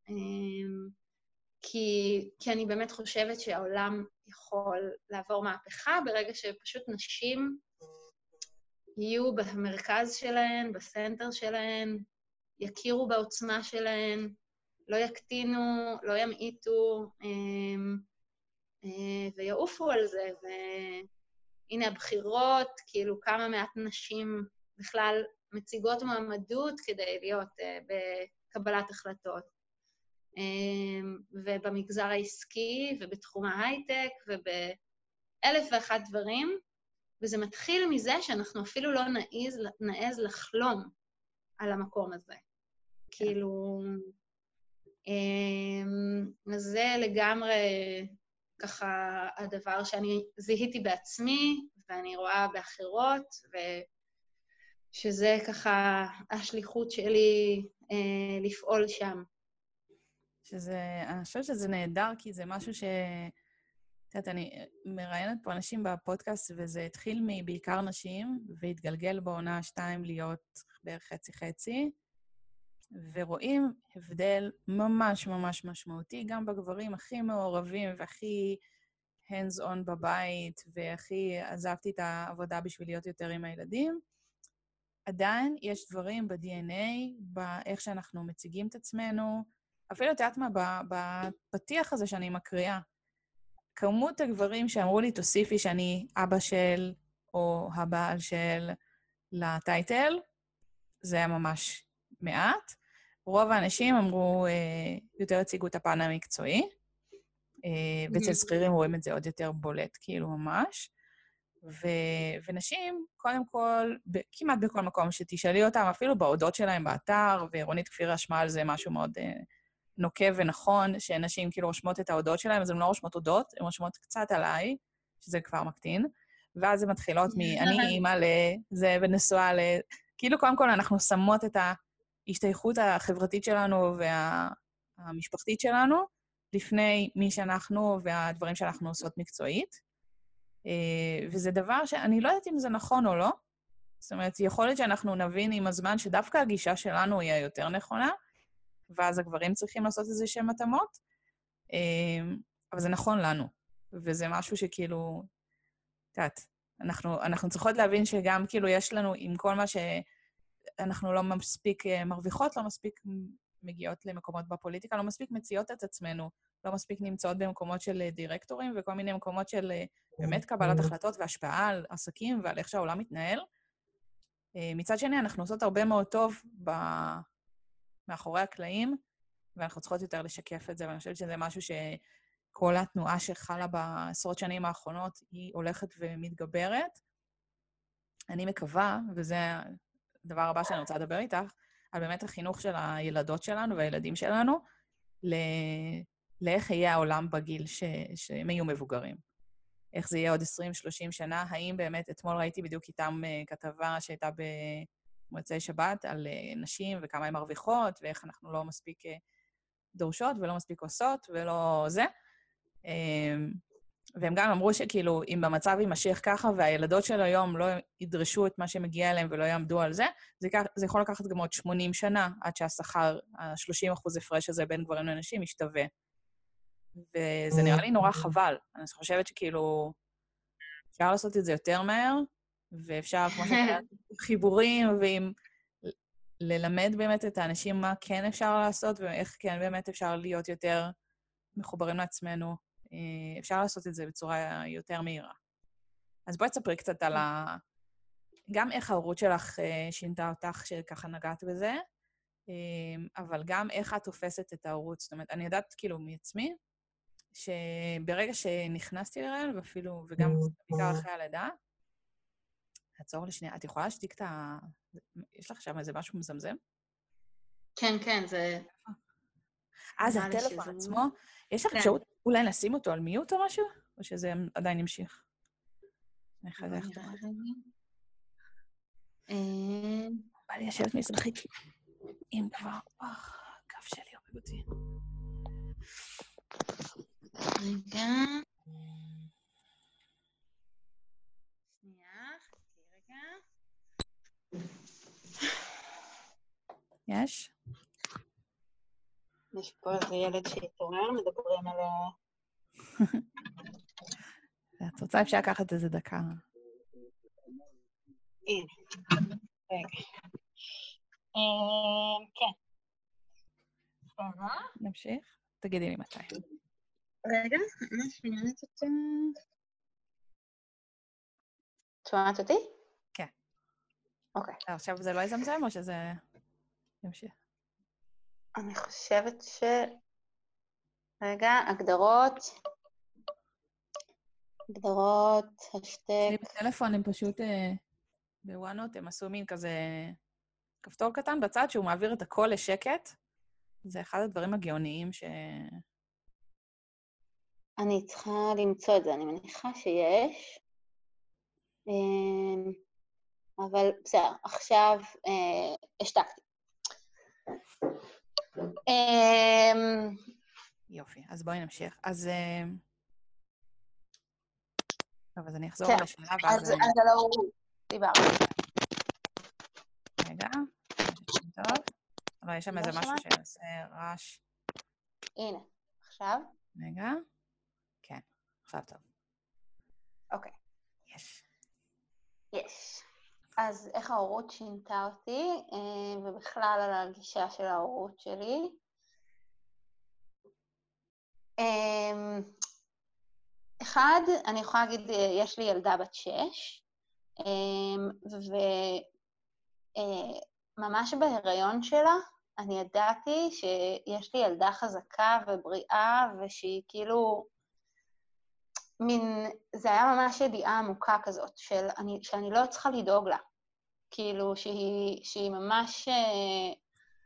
כי, כי אני באמת חושבת שהעולם יכול לעבור מהפכה ברגע שפשוט נשים יהיו במרכז שלהן, בסנטר שלהן, יכירו בעוצמה שלהן, לא יקטינו, לא ימעיטו, ויעופו על זה. והנה הבחירות, כאילו כמה מעט נשים בכלל מציגות מועמדות כדי להיות בקבלת החלטות. ובמגזר העסקי, ובתחום ההייטק, ובאלף ואחת דברים, וזה מתחיל מזה שאנחנו אפילו לא נעז, נעז לחלום על המקום הזה. כאילו, אז זה לגמרי ככה הדבר שאני זיהיתי בעצמי, ואני רואה באחרות, ושזה ככה השליחות שלי לפעול שם. שזה, אני חושבת שזה נהדר, כי זה משהו ש... את יודעת, אני מראיינת פה אנשים בפודקאסט, וזה התחיל מבעיקר נשים, והתגלגל בעונה שתיים להיות בערך חצי-חצי. ורואים הבדל ממש ממש משמעותי, גם בגברים הכי מעורבים והכי hands on בבית, והכי עזבתי את העבודה בשביל להיות יותר עם הילדים. עדיין יש דברים ב-די אן איי, באיך שאנחנו מציגים את עצמנו, אפילו את יודעת מה, בפתיח הזה שאני מקריאה. כמות הגברים שאמרו לי, תוסיפי שאני אבא של, או הבעל של, לטייטל, זה היה ממש מעט. רוב האנשים אמרו, יותר הציגו את הפן המקצועי, ואצל שכירים רואים את זה עוד יותר בולט, כאילו ממש. ו- ונשים, קודם כל, ב- כמעט בכל מקום שתשאלי אותם, אפילו בהודות שלהם באתר, ורונית כפיר רשמה על זה משהו מאוד uh, נוקב ונכון, שנשים כאילו רושמות את ההודות שלהם, אז הן לא רושמות הודות, הן רושמות קצת עליי, שזה כבר מקטין, ואז הן מתחילות מ-אני אימא לזה ונשואה ל... כאילו, קודם כל, אנחנו שמות את ההשתייכות החברתית שלנו והמשפחתית שלנו, לפני מי שאנחנו והדברים שאנחנו עושות מקצועית. וזה דבר שאני לא יודעת אם זה נכון או לא. זאת אומרת, יכול להיות שאנחנו נבין עם הזמן שדווקא הגישה שלנו היא היותר נכונה, ואז הגברים צריכים לעשות איזה שהם התאמות, אבל זה נכון לנו. וזה משהו שכאילו, תעת, אנחנו, אנחנו צריכות להבין שגם כאילו יש לנו, עם כל מה שאנחנו לא מספיק מרוויחות, לא מספיק מגיעות למקומות בפוליטיקה, לא מספיק מציעות את עצמנו, לא מספיק נמצאות במקומות של דירקטורים, וכל מיני מקומות של באמת קבלת החלטות והשפעה על עסקים ועל איך שהעולם מתנהל. מצד שני, אנחנו עושות הרבה מאוד טוב ב... מאחורי הקלעים, ואנחנו צריכות יותר לשקף את זה, ואני חושבת שזה משהו שכל התנועה שחלה בעשרות שנים האחרונות היא הולכת ומתגברת. אני מקווה, וזה הדבר הבא שאני רוצה לדבר איתך, על באמת החינוך של הילדות שלנו והילדים שלנו, ל... לאיך יהיה העולם בגיל ש... שהם יהיו מבוגרים. איך זה יהיה עוד עשרים שלושים שנה, האם באמת, אתמול ראיתי בדיוק איתם כתבה שהייתה במוצאי שבת על נשים וכמה הן מרוויחות, ואיך אנחנו לא מספיק דורשות ולא מספיק עושות ולא זה. והם גם אמרו שכאילו, אם במצב יימשך ככה, והילדות של היום לא ידרשו את מה שמגיע אליהם ולא יעמדו על זה, זה, זה יכול לקחת גם עוד שמונים שנה, עד שהשכר, ה-שלושים אחוז הפרש הזה בין גברים לנשים, ישתווה. וזה נראה לי נורא חבל. אני חושבת שכאילו, אפשר לעשות את זה יותר מהר, ואפשר, כמו שאתה חיבורים, ועם ללמד באמת את האנשים מה כן אפשר לעשות, ואיך כן באמת אפשר להיות יותר מחוברים לעצמנו. אפשר לעשות את זה בצורה יותר מהירה. אז בואי תספרי קצת על ה... גם איך ההורות שלך שינתה אותך שככה נגעת בזה, אבל גם איך את תופסת את ההורות. זאת אומרת, אני יודעת כאילו מעצמי, שברגע שנכנסתי להיריון, ואפילו, וגם בעיקר אחרי הלידה, עצור לשנייה, את יכולה להשתיק את ה... יש לך שם איזה משהו מזמזם? כן, כן, זה... אה, זה הטלפון עצמו? יש לך אפשרות אולי לשים אותו על מיוט או משהו? או שזה עדיין ימשיך? אני חייבת איך תוכל. בא לי לשבת מזרחית. אם כבר, כף שלי הוריד אותי. רגע. שנייה, חכי רגע. יש? יש פה איזה ילד שהתעורר, מדברים על... את רוצה אפשר לקחת איזה דקה. הנה, רגע. כן. בסדר. נמשיך? תגידי לי מתי. רגע, אני שומעת אותה. שומעת אותי? כן. אוקיי. עכשיו זה לא יזמזם או שזה ימשיך? אני חושבת ש... רגע, הגדרות. הגדרות, השטק. שלי בטלפון הם פשוט, בוואנות, הם עשו מין כזה כפתור קטן בצד שהוא מעביר את הכל לשקט. זה אחד הדברים הגאוניים ש... אני צריכה למצוא את זה, אני מניחה שיש. אבל בסדר, עכשיו השתקתי. יופי, אז בואי נמשיך. אז... טוב, אז אני אחזור על השאלה, ואז... אז על ההורות, דיברתי. רגע, טוב. אבל יש שם לא איזה משהו שמעת? שעושה רעש. הנה, עכשיו? רגע. כן, עכשיו טוב. אוקיי. יש. יש. אז איך ההורות שינתה אותי, אה, ובכלל על הגישה של ההורות שלי. אה, אחד, אני יכולה להגיד, אה, יש לי ילדה בת שש, וממש בהיריון שלה, אני ידעתי שיש לי ילדה חזקה ובריאה, ושהיא כאילו, מין, זה היה ממש ידיעה עמוקה כזאת, של אני, שאני לא צריכה לדאוג לה. כאילו, שהיא, שהיא ממש אה,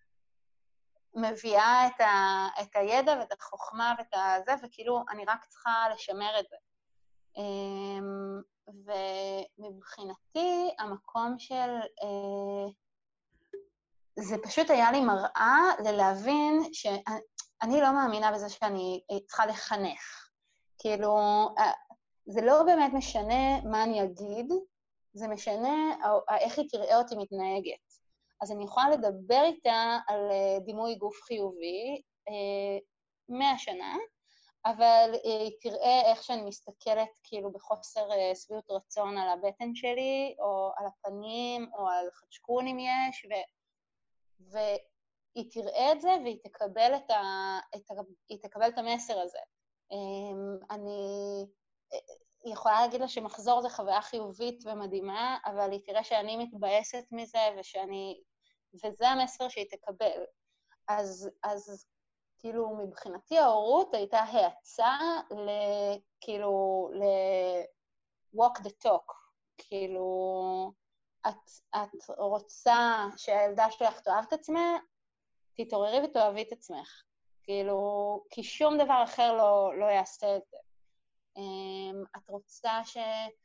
מביאה את, ה, את הידע ואת החוכמה ואת הזה, וכאילו, אני רק צריכה לשמר את זה. אה, ומבחינתי, המקום של... אה, זה פשוט היה לי מראה ללהבין שאני לא מאמינה בזה שאני צריכה לחנך. כאילו, זה לא באמת משנה מה אני אגיד, זה משנה איך היא תראה אותי מתנהגת. אז אני יכולה לדבר איתה על דימוי גוף חיובי מאה שנה, אבל היא תראה איך שאני מסתכלת כאילו בחוסר שביעות רצון על הבטן שלי, או על הפנים, או על חדשקון אם יש, ו... והיא תראה את זה והיא תקבל את, ה... את, ה... היא תקבל את המסר הזה. אני יכולה להגיד לה שמחזור זה חוויה חיובית ומדהימה, אבל היא תראה שאני מתבאסת מזה, ושאני... וזה המסר שהיא תקבל. אז, אז כאילו מבחינתי ההורות הייתה האצה ל... כאילו ל... walk the talk. כאילו... את, את רוצה שהילדה שלך תאהב את עצמה, תתעוררי ותאהבי את עצמך. כאילו, כי שום דבר אחר לא, לא יעשה את זה. Um, את רוצה ש...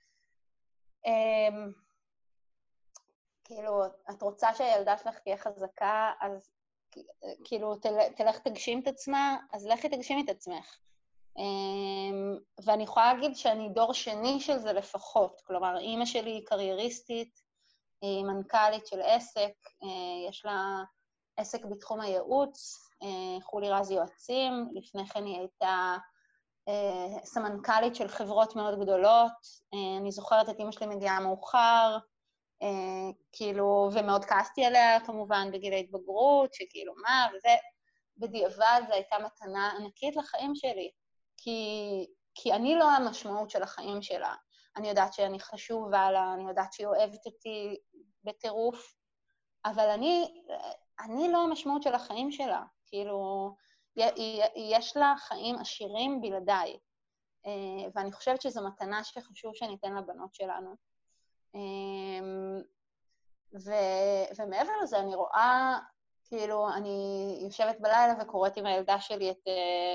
Um, כאילו, את רוצה שהילדה שלך תהיה חזקה, אז כאילו, תל, תלך תגשים את עצמה, אז לכי תגשים את עצמך. Um, ואני יכולה להגיד שאני דור שני של זה לפחות. כלומר, אימא שלי היא קרייריסטית, היא מנכ"לית של עסק, יש לה עסק בתחום הייעוץ, חולי רז יועצים, לפני כן היא הייתה סמנכ"לית של חברות מאוד גדולות, אני זוכרת את אמא שלי מגיעה מאוחר, כאילו, ומאוד כעסתי עליה כמובן בגיל ההתבגרות, שכאילו מה, וזה, בדיעבד זו הייתה מתנה ענקית לחיים שלי, כי, כי אני לא המשמעות של החיים שלה, אני יודעת שאני חשובה לה, אני יודעת שהיא אוהבת אותי בטירוף, אבל אני, אני לא המשמעות של החיים שלה, כאילו, יש לה חיים עשירים בלעדיי, ואני חושבת שזו מתנה שחשוב שניתן לבנות שלנו. ו, ומעבר לזה אני רואה, כאילו, אני יושבת בלילה וקוראת עם הילדה שלי את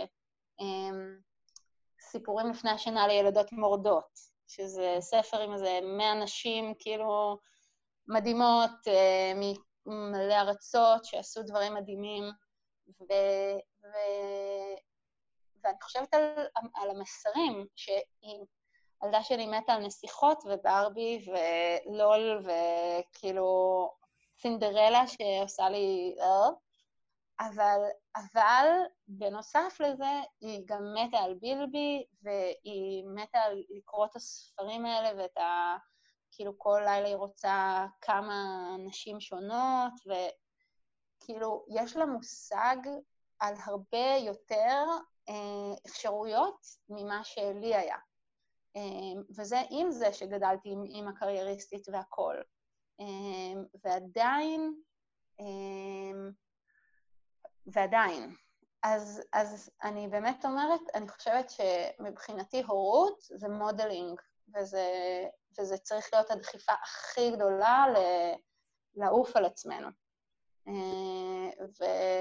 סיפורים לפני השינה לילדות מורדות, שזה ספר עם איזה מאה נשים, כאילו, מדהימות, ממלא ארצות שעשו דברים מדהימים, ו... ו... ואני חושבת על, על המסרים, שהיא, הילדה שלי מתה על נסיכות וברבי ולול וכאילו סינדרלה שעושה לי... אבל, אבל בנוסף לזה, היא גם מתה על בילבי, והיא מתה על לקרוא את הספרים האלה, ואת ה... כאילו כל לילה היא רוצה כמה נשים שונות, וכאילו יש לה מושג על הרבה יותר אה, אפשרויות ממה שלי היה. אה, וזה עם זה שגדלתי עם, עם הקרייריסטית והכל. אה, ועדיין, אה, ועדיין. אז, אז אני באמת אומרת, אני חושבת שמבחינתי הורות זה מודלינג, וזה, וזה צריך להיות הדחיפה הכי גדולה לעוף על עצמנו. ו,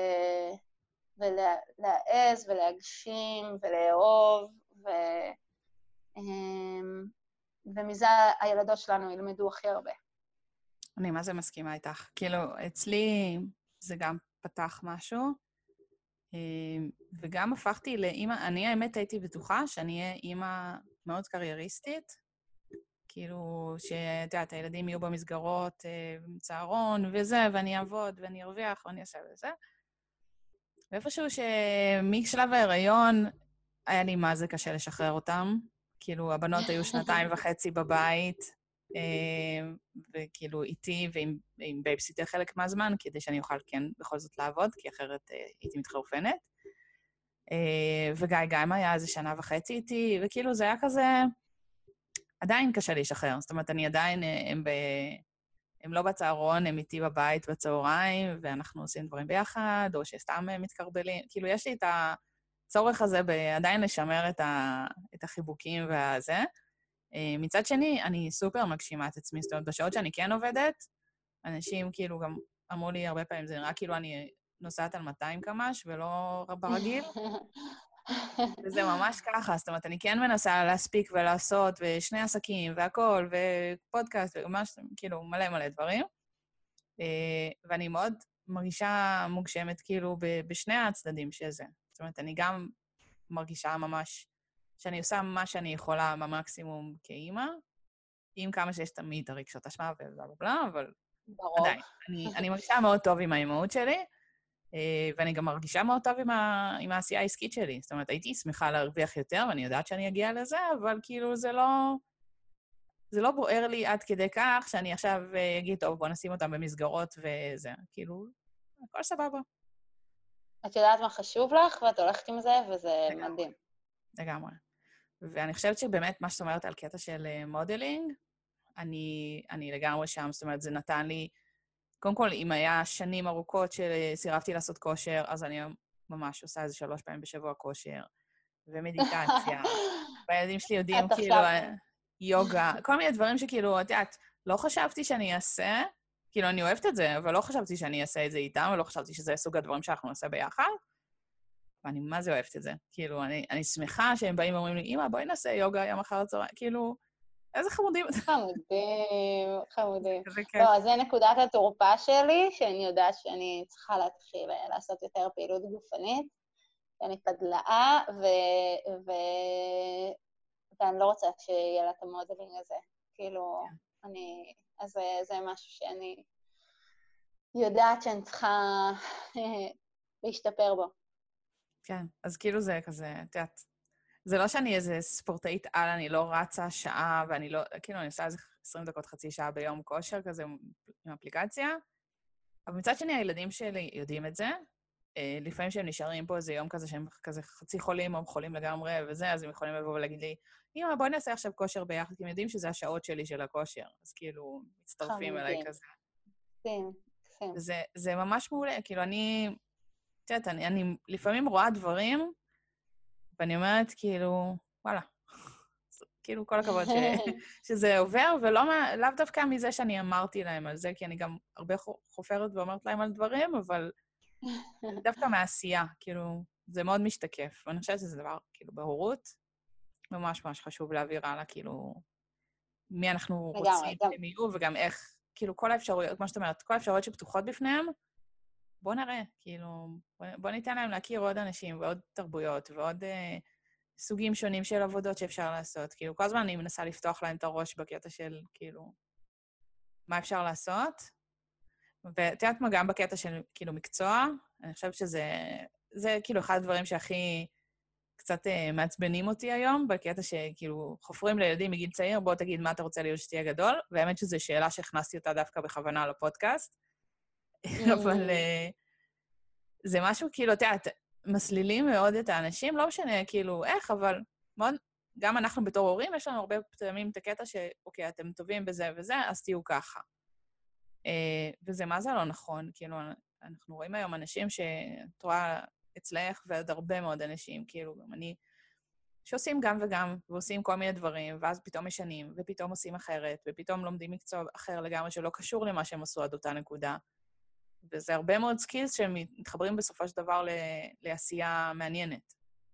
ולהעז ולהגשים ולאהוב, ו, ומזה הילדות שלנו ילמדו הכי הרבה. אני מה זה מסכימה איתך. כאילו, אצלי זה גם פתח משהו, וגם הפכתי לאמא, אני האמת הייתי בטוחה שאני אהיה אמא מאוד קרייריסטית, כאילו, שאת יודעת, הילדים יהיו במסגרות, צהרון וזה, ואני אעבוד, ואני ארוויח, ואני אעשה וזה. ואיפשהו שמשלב ההיריון, היה לי מה זה קשה לשחרר אותם. כאילו, הבנות היו שנתיים וחצי בבית, וכאילו איתי ועם, ועם בייבסיטר חלק מהזמן, כדי שאני אוכל כן בכל זאת לעבוד, כי אחרת הייתי מתחרפנת. וגיא גם היה איזה שנה וחצי איתי, וכאילו זה היה כזה, עדיין קשה להישחרר. זאת אומרת, אני עדיין, הם, ב, הם לא בצהרון, הם איתי בבית בצהריים, ואנחנו עושים דברים ביחד, או שסתם מתקרבלים. כאילו, יש לי את הצורך הזה בעדיין לשמר את, ה, את החיבוקים והזה. מצד שני, אני סופר מגשימה את עצמי, זאת אומרת, בשעות שאני כן עובדת, אנשים כאילו גם אמרו לי הרבה פעמים, זה נראה כאילו אני נוסעת על מאתיים קמ"ש ולא ברגיל, וזה ממש ככה, זאת אומרת, אני כן מנסה להספיק ולעשות, ושני עסקים והכל, ופודקאסט, וממש כאילו מלא מלא דברים, ואני מאוד מרגישה מוגשמת כאילו בשני הצדדים שזה. זאת אומרת, אני גם מרגישה ממש שאני עושה מה שאני יכולה במקסימום כאימא, עם כמה שיש תמיד את הרגשות אשמה ובלה בלה, אבל ברור. עדיין. אני, אני מרגישה מאוד טוב עם האימהות שלי, ואני גם מרגישה מאוד טוב עם, ה, עם העשייה העסקית שלי. זאת אומרת, הייתי שמחה להרוויח יותר, ואני יודעת שאני אגיע לזה, אבל כאילו זה לא, זה לא בוער לי עד כדי כך שאני עכשיו אגיד, טוב, בוא נשים אותם במסגרות וזה. כאילו, הכל סבבה. את יודעת מה חשוב לך, ואת הולכת עם זה, וזה לגמרי. מדהים. לגמרי. ואני חושבת שבאמת מה שאת אומרת על קטע של מודלינג, אני, אני לגמרי שם, זאת אומרת, זה נתן לי, קודם כל, אם היה שנים ארוכות שסירבתי לעשות כושר, אז אני ממש עושה איזה שלוש פעמים בשבוע כושר, ומדיטציה, והילדים שלי יודעים כאילו, יוגה, כל מיני דברים שכאילו, את יודעת, לא חשבתי שאני אעשה, כאילו, אני אוהבת את זה, אבל לא חשבתי שאני אעשה את זה איתם, ולא חשבתי שזה סוג הדברים שאנחנו נעשה ביחד, ואני מה זה אוהבת את זה. כאילו, אני, אני שמחה שהם באים ואומרים לי, אמא, בואי נעשה יוגה יום אחר הצהריים, כאילו, איזה חמודים. חמודים, חמודים. כזה כיף. לא, אז זה נקודת התורפה שלי, שאני יודעת שאני צריכה להתחיל לעשות יותר פעילות גופנית. אני פדלאה, ו... ו... ואני לא רוצה שיהיה לה את המודלינג הזה. כאילו, אני... אז זה, זה משהו שאני יודעת שאני צריכה להשתפר בו. כן, אז כאילו זה כזה, את יודעת, זה לא שאני איזה ספורטאית על, אני לא רצה שעה, ואני לא, כאילו, אני עושה איזה עשרים דקות, חצי שעה ביום כושר כזה עם אפליקציה, אבל מצד שני, הילדים שלי יודעים את זה, לפעמים שהם נשארים פה איזה יום כזה, שהם כזה חצי חולים או חולים לגמרי וזה, אז הם יכולים לבוא ולהגיד לי, אמא, בואי נעשה עכשיו כושר ביחד, כי הם יודעים שזה השעות שלי של הכושר, אז כאילו, מצטרפים אליי כזה. כן, כן. זה, זה ממש מעולה, כאילו, אני, את יודעת, אני, אני לפעמים רואה דברים, ואני אומרת, כאילו, וואלה, כאילו, כל הכבוד ש, שזה עובר, ולא לאו דווקא מזה שאני אמרתי להם על זה, כי אני גם הרבה חופרת ואומרת להם על דברים, אבל דווקא מהעשייה, כאילו, זה מאוד משתקף. ואני חושבת שזה דבר, כאילו, בהורות, ממש ממש חשוב להעביר הלאה, כאילו, מי אנחנו רוצים שהם יהיו, וגם איך, כאילו, כל האפשרויות, כמו שאת אומרת, כל האפשרויות שפתוחות בפניהם, בוא נראה, כאילו, בוא, בוא ניתן להם להכיר עוד אנשים ועוד תרבויות ועוד אה, סוגים שונים של עבודות שאפשר לעשות. כאילו, כל הזמן אני מנסה לפתוח להם את הראש בקטע של, כאילו, מה אפשר לעשות. ואת יודעת מה, גם בקטע של, כאילו, מקצוע, אני חושבת שזה, זה, כאילו, אחד הדברים שהכי קצת אה, מעצבנים אותי היום, בקטע שכאילו, חופרים לילדים מגיל צעיר, בוא תגיד מה אתה רוצה להיות שתהיה גדול, והאמת שזו שאלה שהכנסתי אותה דווקא בכוונה לפודקאסט, אבל זה משהו, כאילו, אתה יודע, מסלילים מאוד את האנשים, לא משנה, כאילו, איך, אבל מאוד, גם אנחנו בתור הורים, יש לנו הרבה פעמים את הקטע שאוקיי, אתם טובים בזה וזה, אז תהיו ככה. וזה מה זה לא נכון, כאילו, אנחנו רואים היום אנשים שאת רואה אצלך, ועוד הרבה מאוד אנשים, כאילו, גם אני, שעושים גם וגם, ועושים כל מיני דברים, ואז פתאום משנים, ופתאום עושים אחרת, ופתאום לומדים מקצוע אחר לגמרי, שלא קשור למה שהם עשו עד אותה נקודה. וזה הרבה מאוד סקילס שהם מתחברים בסופו של דבר ל- לעשייה מעניינת.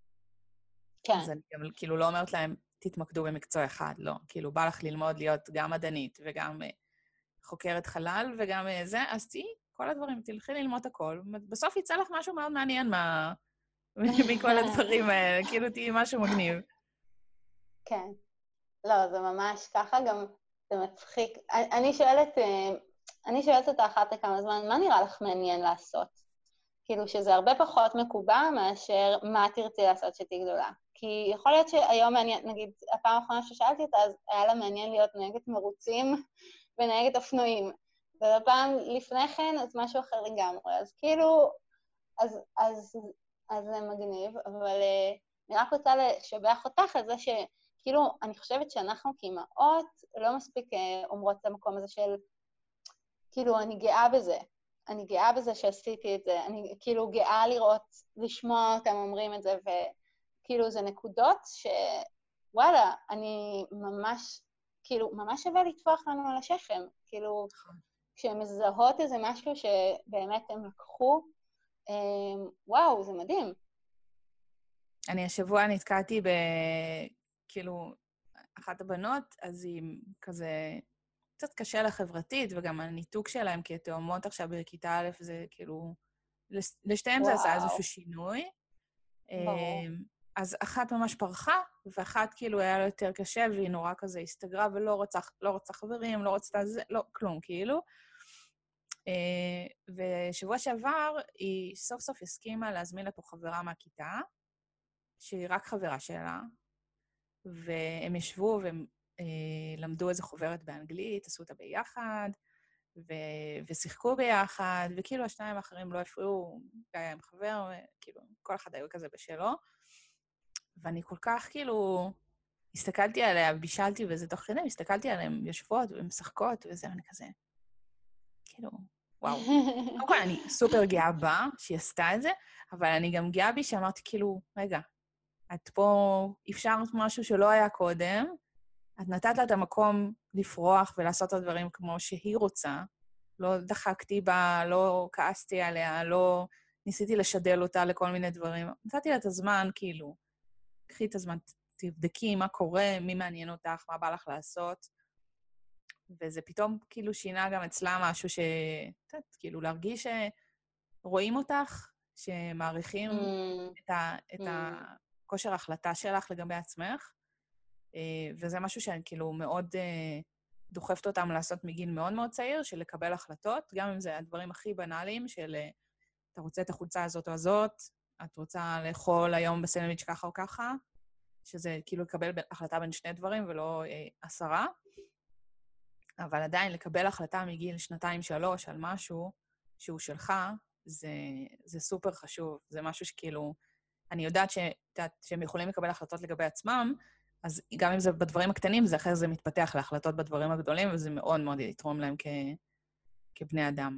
כן. אז אני גם כאילו לא אומרת להם, תתמקדו במקצוע אחד, לא. כאילו, בא לך ללמוד להיות גם מדענית וגם uh, חוקרת חלל וגם uh, זה, אז תהי כל הדברים, תלכי ללמוד הכל. בסוף יצא לך משהו מאוד מעניין מה... מכל הדברים האלה, כאילו תהי משהו מגניב. כן. לא, זה ממש ככה, גם זה מצחיק. אני אני שואלת, אה, אני שואלת אותה אחת לכמה זמן, מה נראה לך מעניין לעשות? כאילו שזה הרבה פחות מקובע מאשר מה תרצי לעשות שתהיי גדולה. כי יכול להיות שהיום מעניין, נגיד, הפעם האחרונה ששאלתי אותה, אז היה לה מעניין להיות נהגת מרוצים ונהגת אופנועים. ובפעם לפני כן, אז משהו אחר לגמרי. אז כאילו, אז, אז, אז זה מגניב, אבל uh, אני רק רוצה לשבח אותך על זה שכאילו, אני חושבת שאנחנו כאימהות לא מספיק uh, אומרות את המקום הזה של, כאילו, אני גאה בזה. אני גאה בזה שעשיתי את זה. אני כאילו גאה לראות, לשמוע אותם אומרים את זה, וכאילו, זה נקודות שוואלה, אני ממש, כאילו, ממש שווה לטפוח לנו על השכם. כאילו, כשהן מזהות איזה משהו שבאמת הם לקחו, וואו, זה מדהים. אני השבוע נתקעתי ב... כאילו, אחת הבנות, אז היא כזה קצת קשה לה חברתית, וגם הניתוק שלהם כתאומות עכשיו בכיתה א', זה כאילו... לש- לשתיהם זה עשה איזשהו וואו, שינוי. ברור. אז אחת ממש פרחה, ואחת כאילו היה לה יותר קשה, והיא נורא כזה הסתגרה ולא רוצה, לא רוצה חברים, לא רצתה זה, לא, כלום, כאילו. Uh, ושבוע שעבר היא סוף סוף הסכימה להזמין לפה חברה מהכיתה, שהיא רק חברה שלה, והם ישבו והם uh, למדו איזה חוברת באנגלית, עשו אותה ביחד, ו- ושיחקו ביחד, וכאילו השניים האחרים לא הפריעו, היה עם חבר, וכאילו כל אחד היו כזה בשלו. ואני כל כך כאילו, הסתכלתי עליה, בישלתי וזה תוך כדי, הסתכלתי עליהן יושבות ומשחקות וזה, ואני כזה, כאילו, וואו. קודם כל, אני סופר גאה בה שהיא עשתה את זה, אבל אני גם גאה בי שאמרתי, כאילו, רגע, את פה אפשרת משהו שלא היה קודם, את נתת לה את המקום לפרוח ולעשות את הדברים כמו שהיא רוצה, לא דחקתי בה, לא כעסתי עליה, לא ניסיתי לשדל אותה לכל מיני דברים. נתתי לה את הזמן, כאילו, קחי את הזמן, תבדקי מה קורה, מי מעניין אותך, מה בא לך לעשות. וזה פתאום כאילו שינה גם אצלה משהו ש... את יודעת, כאילו להרגיש שרואים אותך, שמעריכים Mm, את, ה... את mm, הכושר ההחלטה שלך לגבי עצמך, וזה משהו שאני כאילו מאוד דוחפת אותם לעשות מגיל מאוד מאוד צעיר, של לקבל החלטות, גם אם זה הדברים הכי בנאליים, של אתה רוצה את החולצה הזאת או הזאת, את רוצה לאכול היום בסנדוויץ' ככה או ככה, שזה כאילו לקבל החלטה בין שני דברים ולא אה, עשרה, אבל עדיין לקבל החלטה מגיל שנתיים-שלוש על משהו שהוא שלך, זה, זה סופר חשוב. זה משהו שכאילו, אני יודעת ש, יודעת, שהם יכולים לקבל החלטות לגבי עצמם, אז גם אם זה בדברים הקטנים, זה אחרי זה מתפתח להחלטות בדברים הגדולים, וזה מאוד מאוד יתרום להם כ, כבני אדם.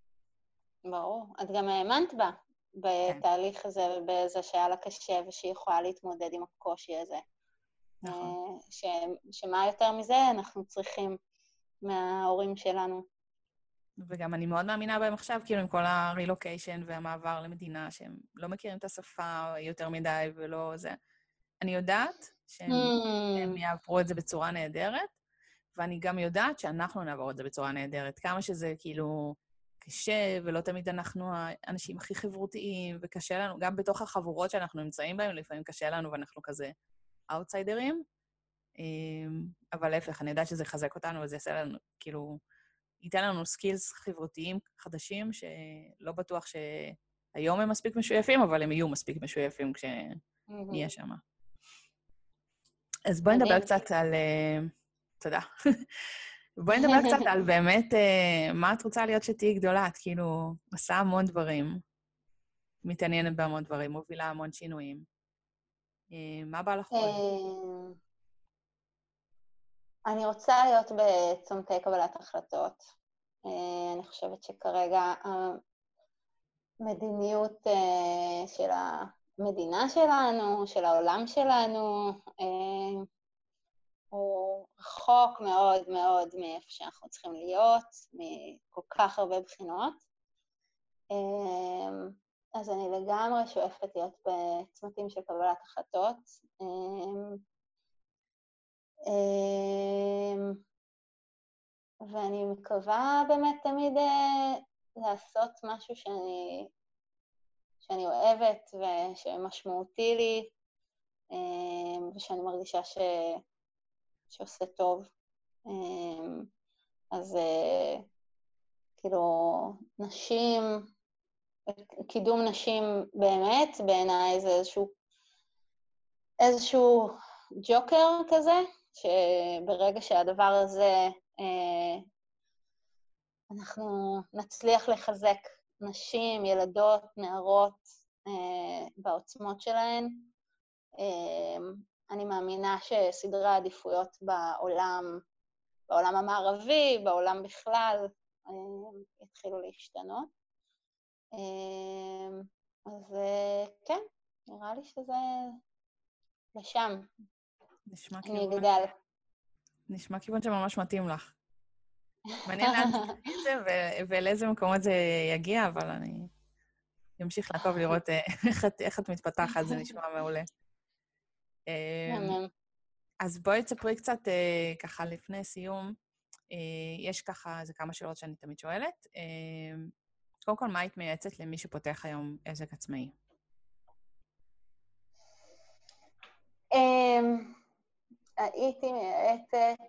ברור. את גם האמנת בה כן, בתהליך הזה ובזה שהיה לה קשה ושהיא יכולה להתמודד עם הקושי הזה. נכון. ש... שמה יותר מזה אנחנו צריכים מההורים שלנו. וגם אני מאוד מאמינה בהם עכשיו, כאילו עם כל הרילוקיישן והמעבר למדינה, שהם לא מכירים את השפה יותר מדי ולא זה. אני יודעת שהם הם Mm, יעברו את זה בצורה נהדרת, ואני גם יודעת שאנחנו נעבור את זה בצורה נהדרת. כמה שזה כאילו קשה, ולא תמיד אנחנו האנשים הכי חברותיים, וקשה לנו, גם בתוך החבורות שאנחנו נמצאים בהן, לפעמים קשה לנו ואנחנו כזה אאוטסיידרים. אבל להפך, אני יודעת שזה יחזק אותנו, וזה יעשה לנו, כאילו, ייתן לנו סקילס חברותיים חדשים, שלא בטוח שהיום הם מספיק משויפים, אבל הם יהיו מספיק משויפים כשנהיה mhm. שם. אז בואי נדבר מדהים. קצת על... uh, תודה. בואי נדבר קצת על באמת uh, מה את רוצה להיות שתהיי גדולה. את כאילו עושה המון דברים, מתעניינת בהמון דברים, מובילה המון שינויים. Uh, מה בא לך עוד? אה, אני רוצה להיות בצומתי קבלת החלטות. אה, אני חושבת שכרגע המדיניות אה, של המדינה שלנו, של העולם שלנו, אה, הוא רחוק מאוד מאוד מאיפה שאנחנו צריכים להיות, מכל כך הרבה בחינות. אה, אז אני לגמרי שואפת להיות בצמתים של קבלת החלטות. אה, אה, ואני מקווה באמת תמיד אה, לעשות משהו שאני, שאני אוהבת ושמשמעותי לי, אה, ושאני מרגישה ש, שעושה טוב. אז כאילו, נשים, קידום נשים באמת, בעיניי זה איזשהו, איזשהו ג'וקר כזה, שברגע שהדבר הזה, אנחנו נצליח לחזק נשים, ילדות, נערות בעוצמות שלהן, אני מאמינה שסדרי העדיפויות בעולם, בעולם המערבי, בעולם בכלל, יתחילו להשתנות. אז כן, נראה לי שזה לשם. נשמע אני כיוון... אגדל. נשמע כיוון שממש מתאים לך. מעניין לאן תקראי את זה ולאיזה מקומות זה יגיע, אבל אני אמשיך לעקוב לראות איך את מתפתחת, זה נשמע מעולה. אז בואי תספרי קצת, ככה לפני סיום, יש ככה, זה כמה שאלות שאני תמיד שואלת. קודם כל, מה היית מייעצת למי שפותח היום עסק עצמאי? הייתי מייעצת,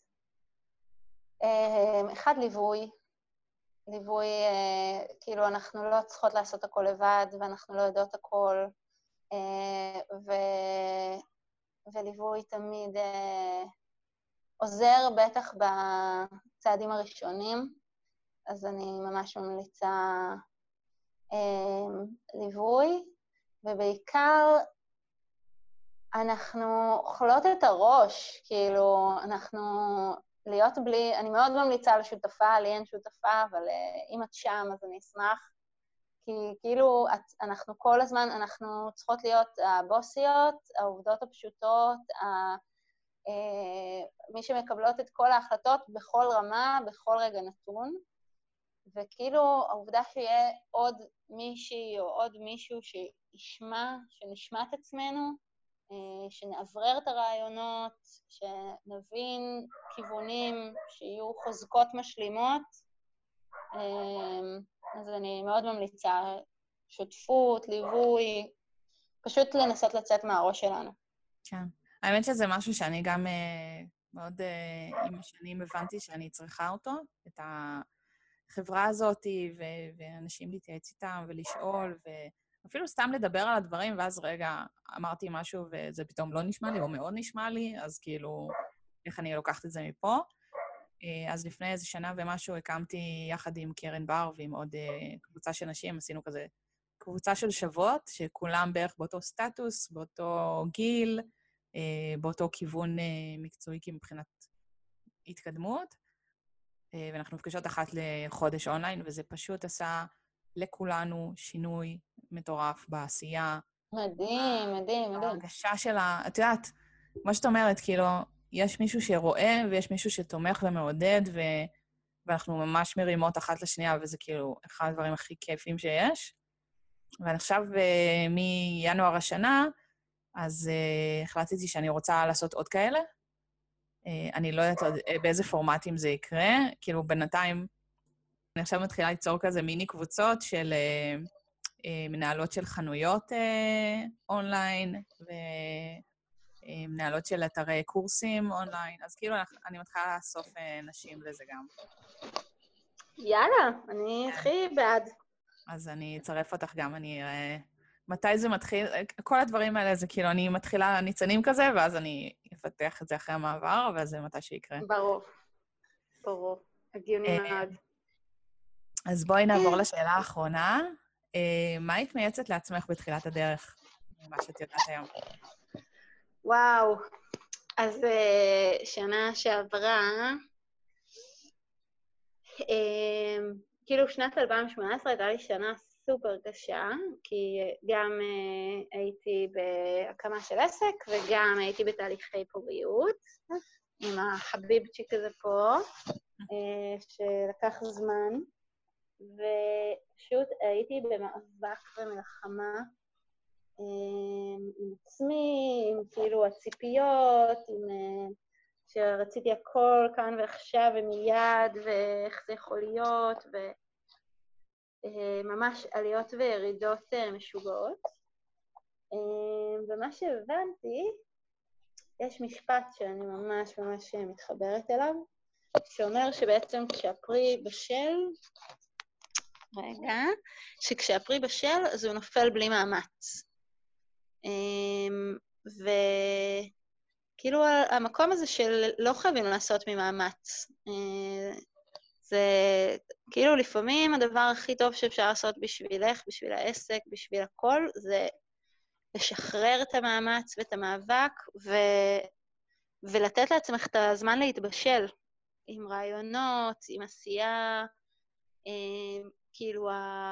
אחד, ליווי. ליווי, כאילו אנחנו לא צריכות לעשות הכל לבד, ואנחנו לא יודעות הכל, ו... וליווי תמיד עוזר, בטח בצעדים הראשונים, אז אני ממש ממליצה ליווי, ובעיקר אנחנו אוכלות את הראש, כאילו אנחנו להיות בלי, אני מאוד ממליצה לשותפה, לי אין שותפה, אבל אם את שם אז אני אשמח, כי כאילו את, אנחנו כל הזמן, אנחנו צריכות להיות הבוסיות, העובדות הפשוטות, ה, מי שמקבלות את כל ההחלטות בכל רמה, בכל רגע נתון, וכאילו העובדה שיהיה עוד מישהי או עוד מישהו שישמע, שנשמע את עצמנו, שנעברר את הרעיונות, שנבין כיוונים שיהיו חוזקות משלימות, אז אני מאוד ממליצה שותפות, ליווי, פשוט לנסות לצאת מהראש שלנו. כן. האמת שזה משהו שאני גם מאוד עם השנים הבנתי שאני צריכה אותו, את החברה הזאת, ואנשים להתייעץ איתם ולשאול, ואפילו סתם לדבר על הדברים, ואז רגע אמרתי משהו וזה פתאום לא נשמע לי, או מאוד נשמע לי, אז כאילו, איך אני לוקחת את זה מפה? אז לפני איזה שנה ומשהו הקמתי יחד עם קרן בר ועם עוד קבוצה של נשים, עשינו כזה קבוצה של שוות, שכולם בערך באותו סטטוס, באותו גיל, באותו כיוון מקצועי מבחינת התקדמות, ואנחנו מפגשות אחת לחודש אונליין, וזה פשוט עשה לכולנו שינוי מטורף בעשייה. מדהים, מדהים, מדהים. ההרגשה שלה, את יודעת, מה שאת אומרת, כאילו, יש מישהו שרואה ויש מישהו שתומך ומעודד, ו... ואנחנו ממש מרימות אחת לשנייה, וזה כאילו אחד הדברים הכי כיפים שיש. ואני עכשיו, מינואר השנה, אז uh, החלטתי שאני רוצה לעשות עוד כאלה. Uh, אני לא יודעת עוד, uh, באיזה פורמטים זה יקרה. כאילו, בינתיים, אני עכשיו מתחילה ליצור כזה מיני קבוצות של uh, uh, מנהלות של חנויות uh, אונליין, ומנהלות של אתרי קורסים אונליין. אז כאילו, אני מתחילה לאסוף uh, נשים לזה גם. יאללה, אני הכי בעד. אז אני אצרף אותך גם, אני... מתי זה מתחיל? כל הדברים האלה זה כאילו, אני מתחילה ניצנים כזה, ואז אני אפתח את זה אחרי המעבר, אבל זה מתי שיקרה. ברור, ברור. הגיוני מאוד. אז בואי נעבור לשאלה האחרונה. מה היית מייעצת לעצמך בתחילת הדרך, ממה שאת יודעת היום? וואו, אז שנה שעברה, כאילו שנת אלפיים שמונה עשרה הייתה לי שנה סופר קשה, כי גם uh, הייתי בהקמה של עסק, וגם הייתי בתהליכי פוריות, עם החביבצ'יק הזה פה, uh, שלקח זמן, ופשוט הייתי במאבק ומלחמה, uh, עם עצמי, עם כאילו הציפיות, עם... Uh, שרציתי הכל כאן ועכשיו ומיד, ואיך זה יכול להיות, וממש עליות וירידות משוגעות. ומה שהבנתי, יש משפט שאני ממש ממש מתחברת אליו, שאומר שבעצם כשהפרי בשל, רגע, שכשהפרי בשל אז הוא נופל בלי מאמץ. וכאילו המקום הזה של לא חייבים לעשות ממאמץ, זה כאילו לפעמים הדבר הכי טוב שאפשר לעשות בשבילך, בשביל העסק, בשביל הכל, זה לשחרר את המאמץ ואת המאבק, ו... ולתת לעצמך את הזמן להתבשל עם רעיונות, עם עשייה, כאילו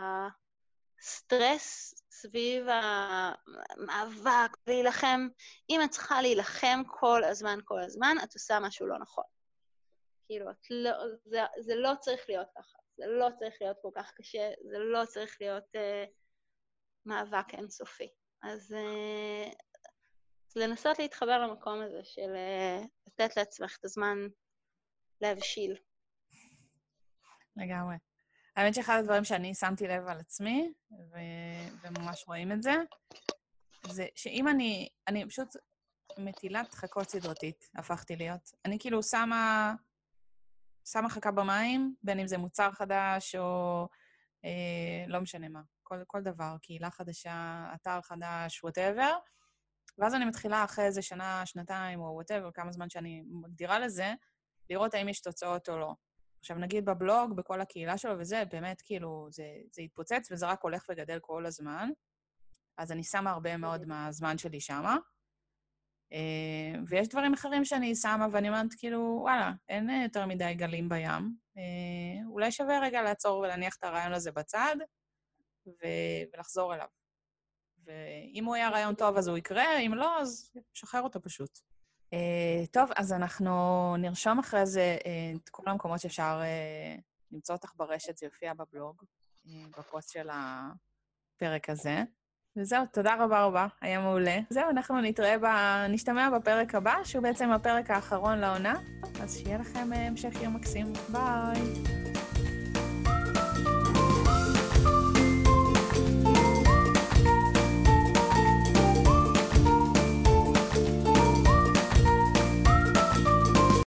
הסטרס סביב המאבק ולהילחם. אם את צריכה להילחם כל הזמן, כל הזמן, את עושה משהו לא נכון. כאילו, את לא, זה, זה לא צריך להיות ככה, זה לא צריך להיות כל כך קשה, זה לא צריך להיות uh, מאבק אינסופי. אז uh, לנסות להתחבר למקום הזה של uh, לתת לעצמך את הזמן להבשיל. לגמרי. האמת שאחד הדברים שאני שמתי לב על עצמי, ו- וממש רואים את זה, זה שאם אני, אני פשוט מטילת חכות סדרתית, הפכתי להיות. אני כאילו שמה, שמה חכה במים, בין אם זה מוצר חדש או אה, לא משנה מה, כל, כל דבר, קהילה חדשה, אתר חדש, whatever, ואז אני מתחילה אחרי איזה שנה, שנתיים או whatever, כמה זמן שאני מגדירה לזה, לראות האם יש תוצאות או לא. עכשיו, נגיד בבלוג, בכל הקהילה שלו, וזה באמת, כאילו, זה, זה התפוצץ, וזה רק הולך וגדל כל הזמן. אז אני שמה הרבה מאוד מהזמן שלי שמה. ויש דברים אחרים שאני שמה, ואני אומרת, כאילו, וואלה, אין יותר מדי גלים בים. אולי שווה רגע לעצור ולהניח את הרעיון הזה בצד, ו- ולחזור אליו. ואם הוא היה רעיון טוב, אז הוא יקרה, אם לא, אז שחרר אותו פשוט. Uh, טוב, אז אנחנו נרשום אחרי זה uh, את כל המקומות שאפשר uh, למצוא אותך ברשת, זה יופיע בבלוג, uh, בפוסט של הפרק הזה. וזהו, תודה רבה רבה, היה מעולה. זהו, אנחנו נתראה, ב... נשתמע בפרק הבא, שהוא בעצם הפרק האחרון לעונה, אז שיהיה לכם uh, המשך יום מקסים. ביי!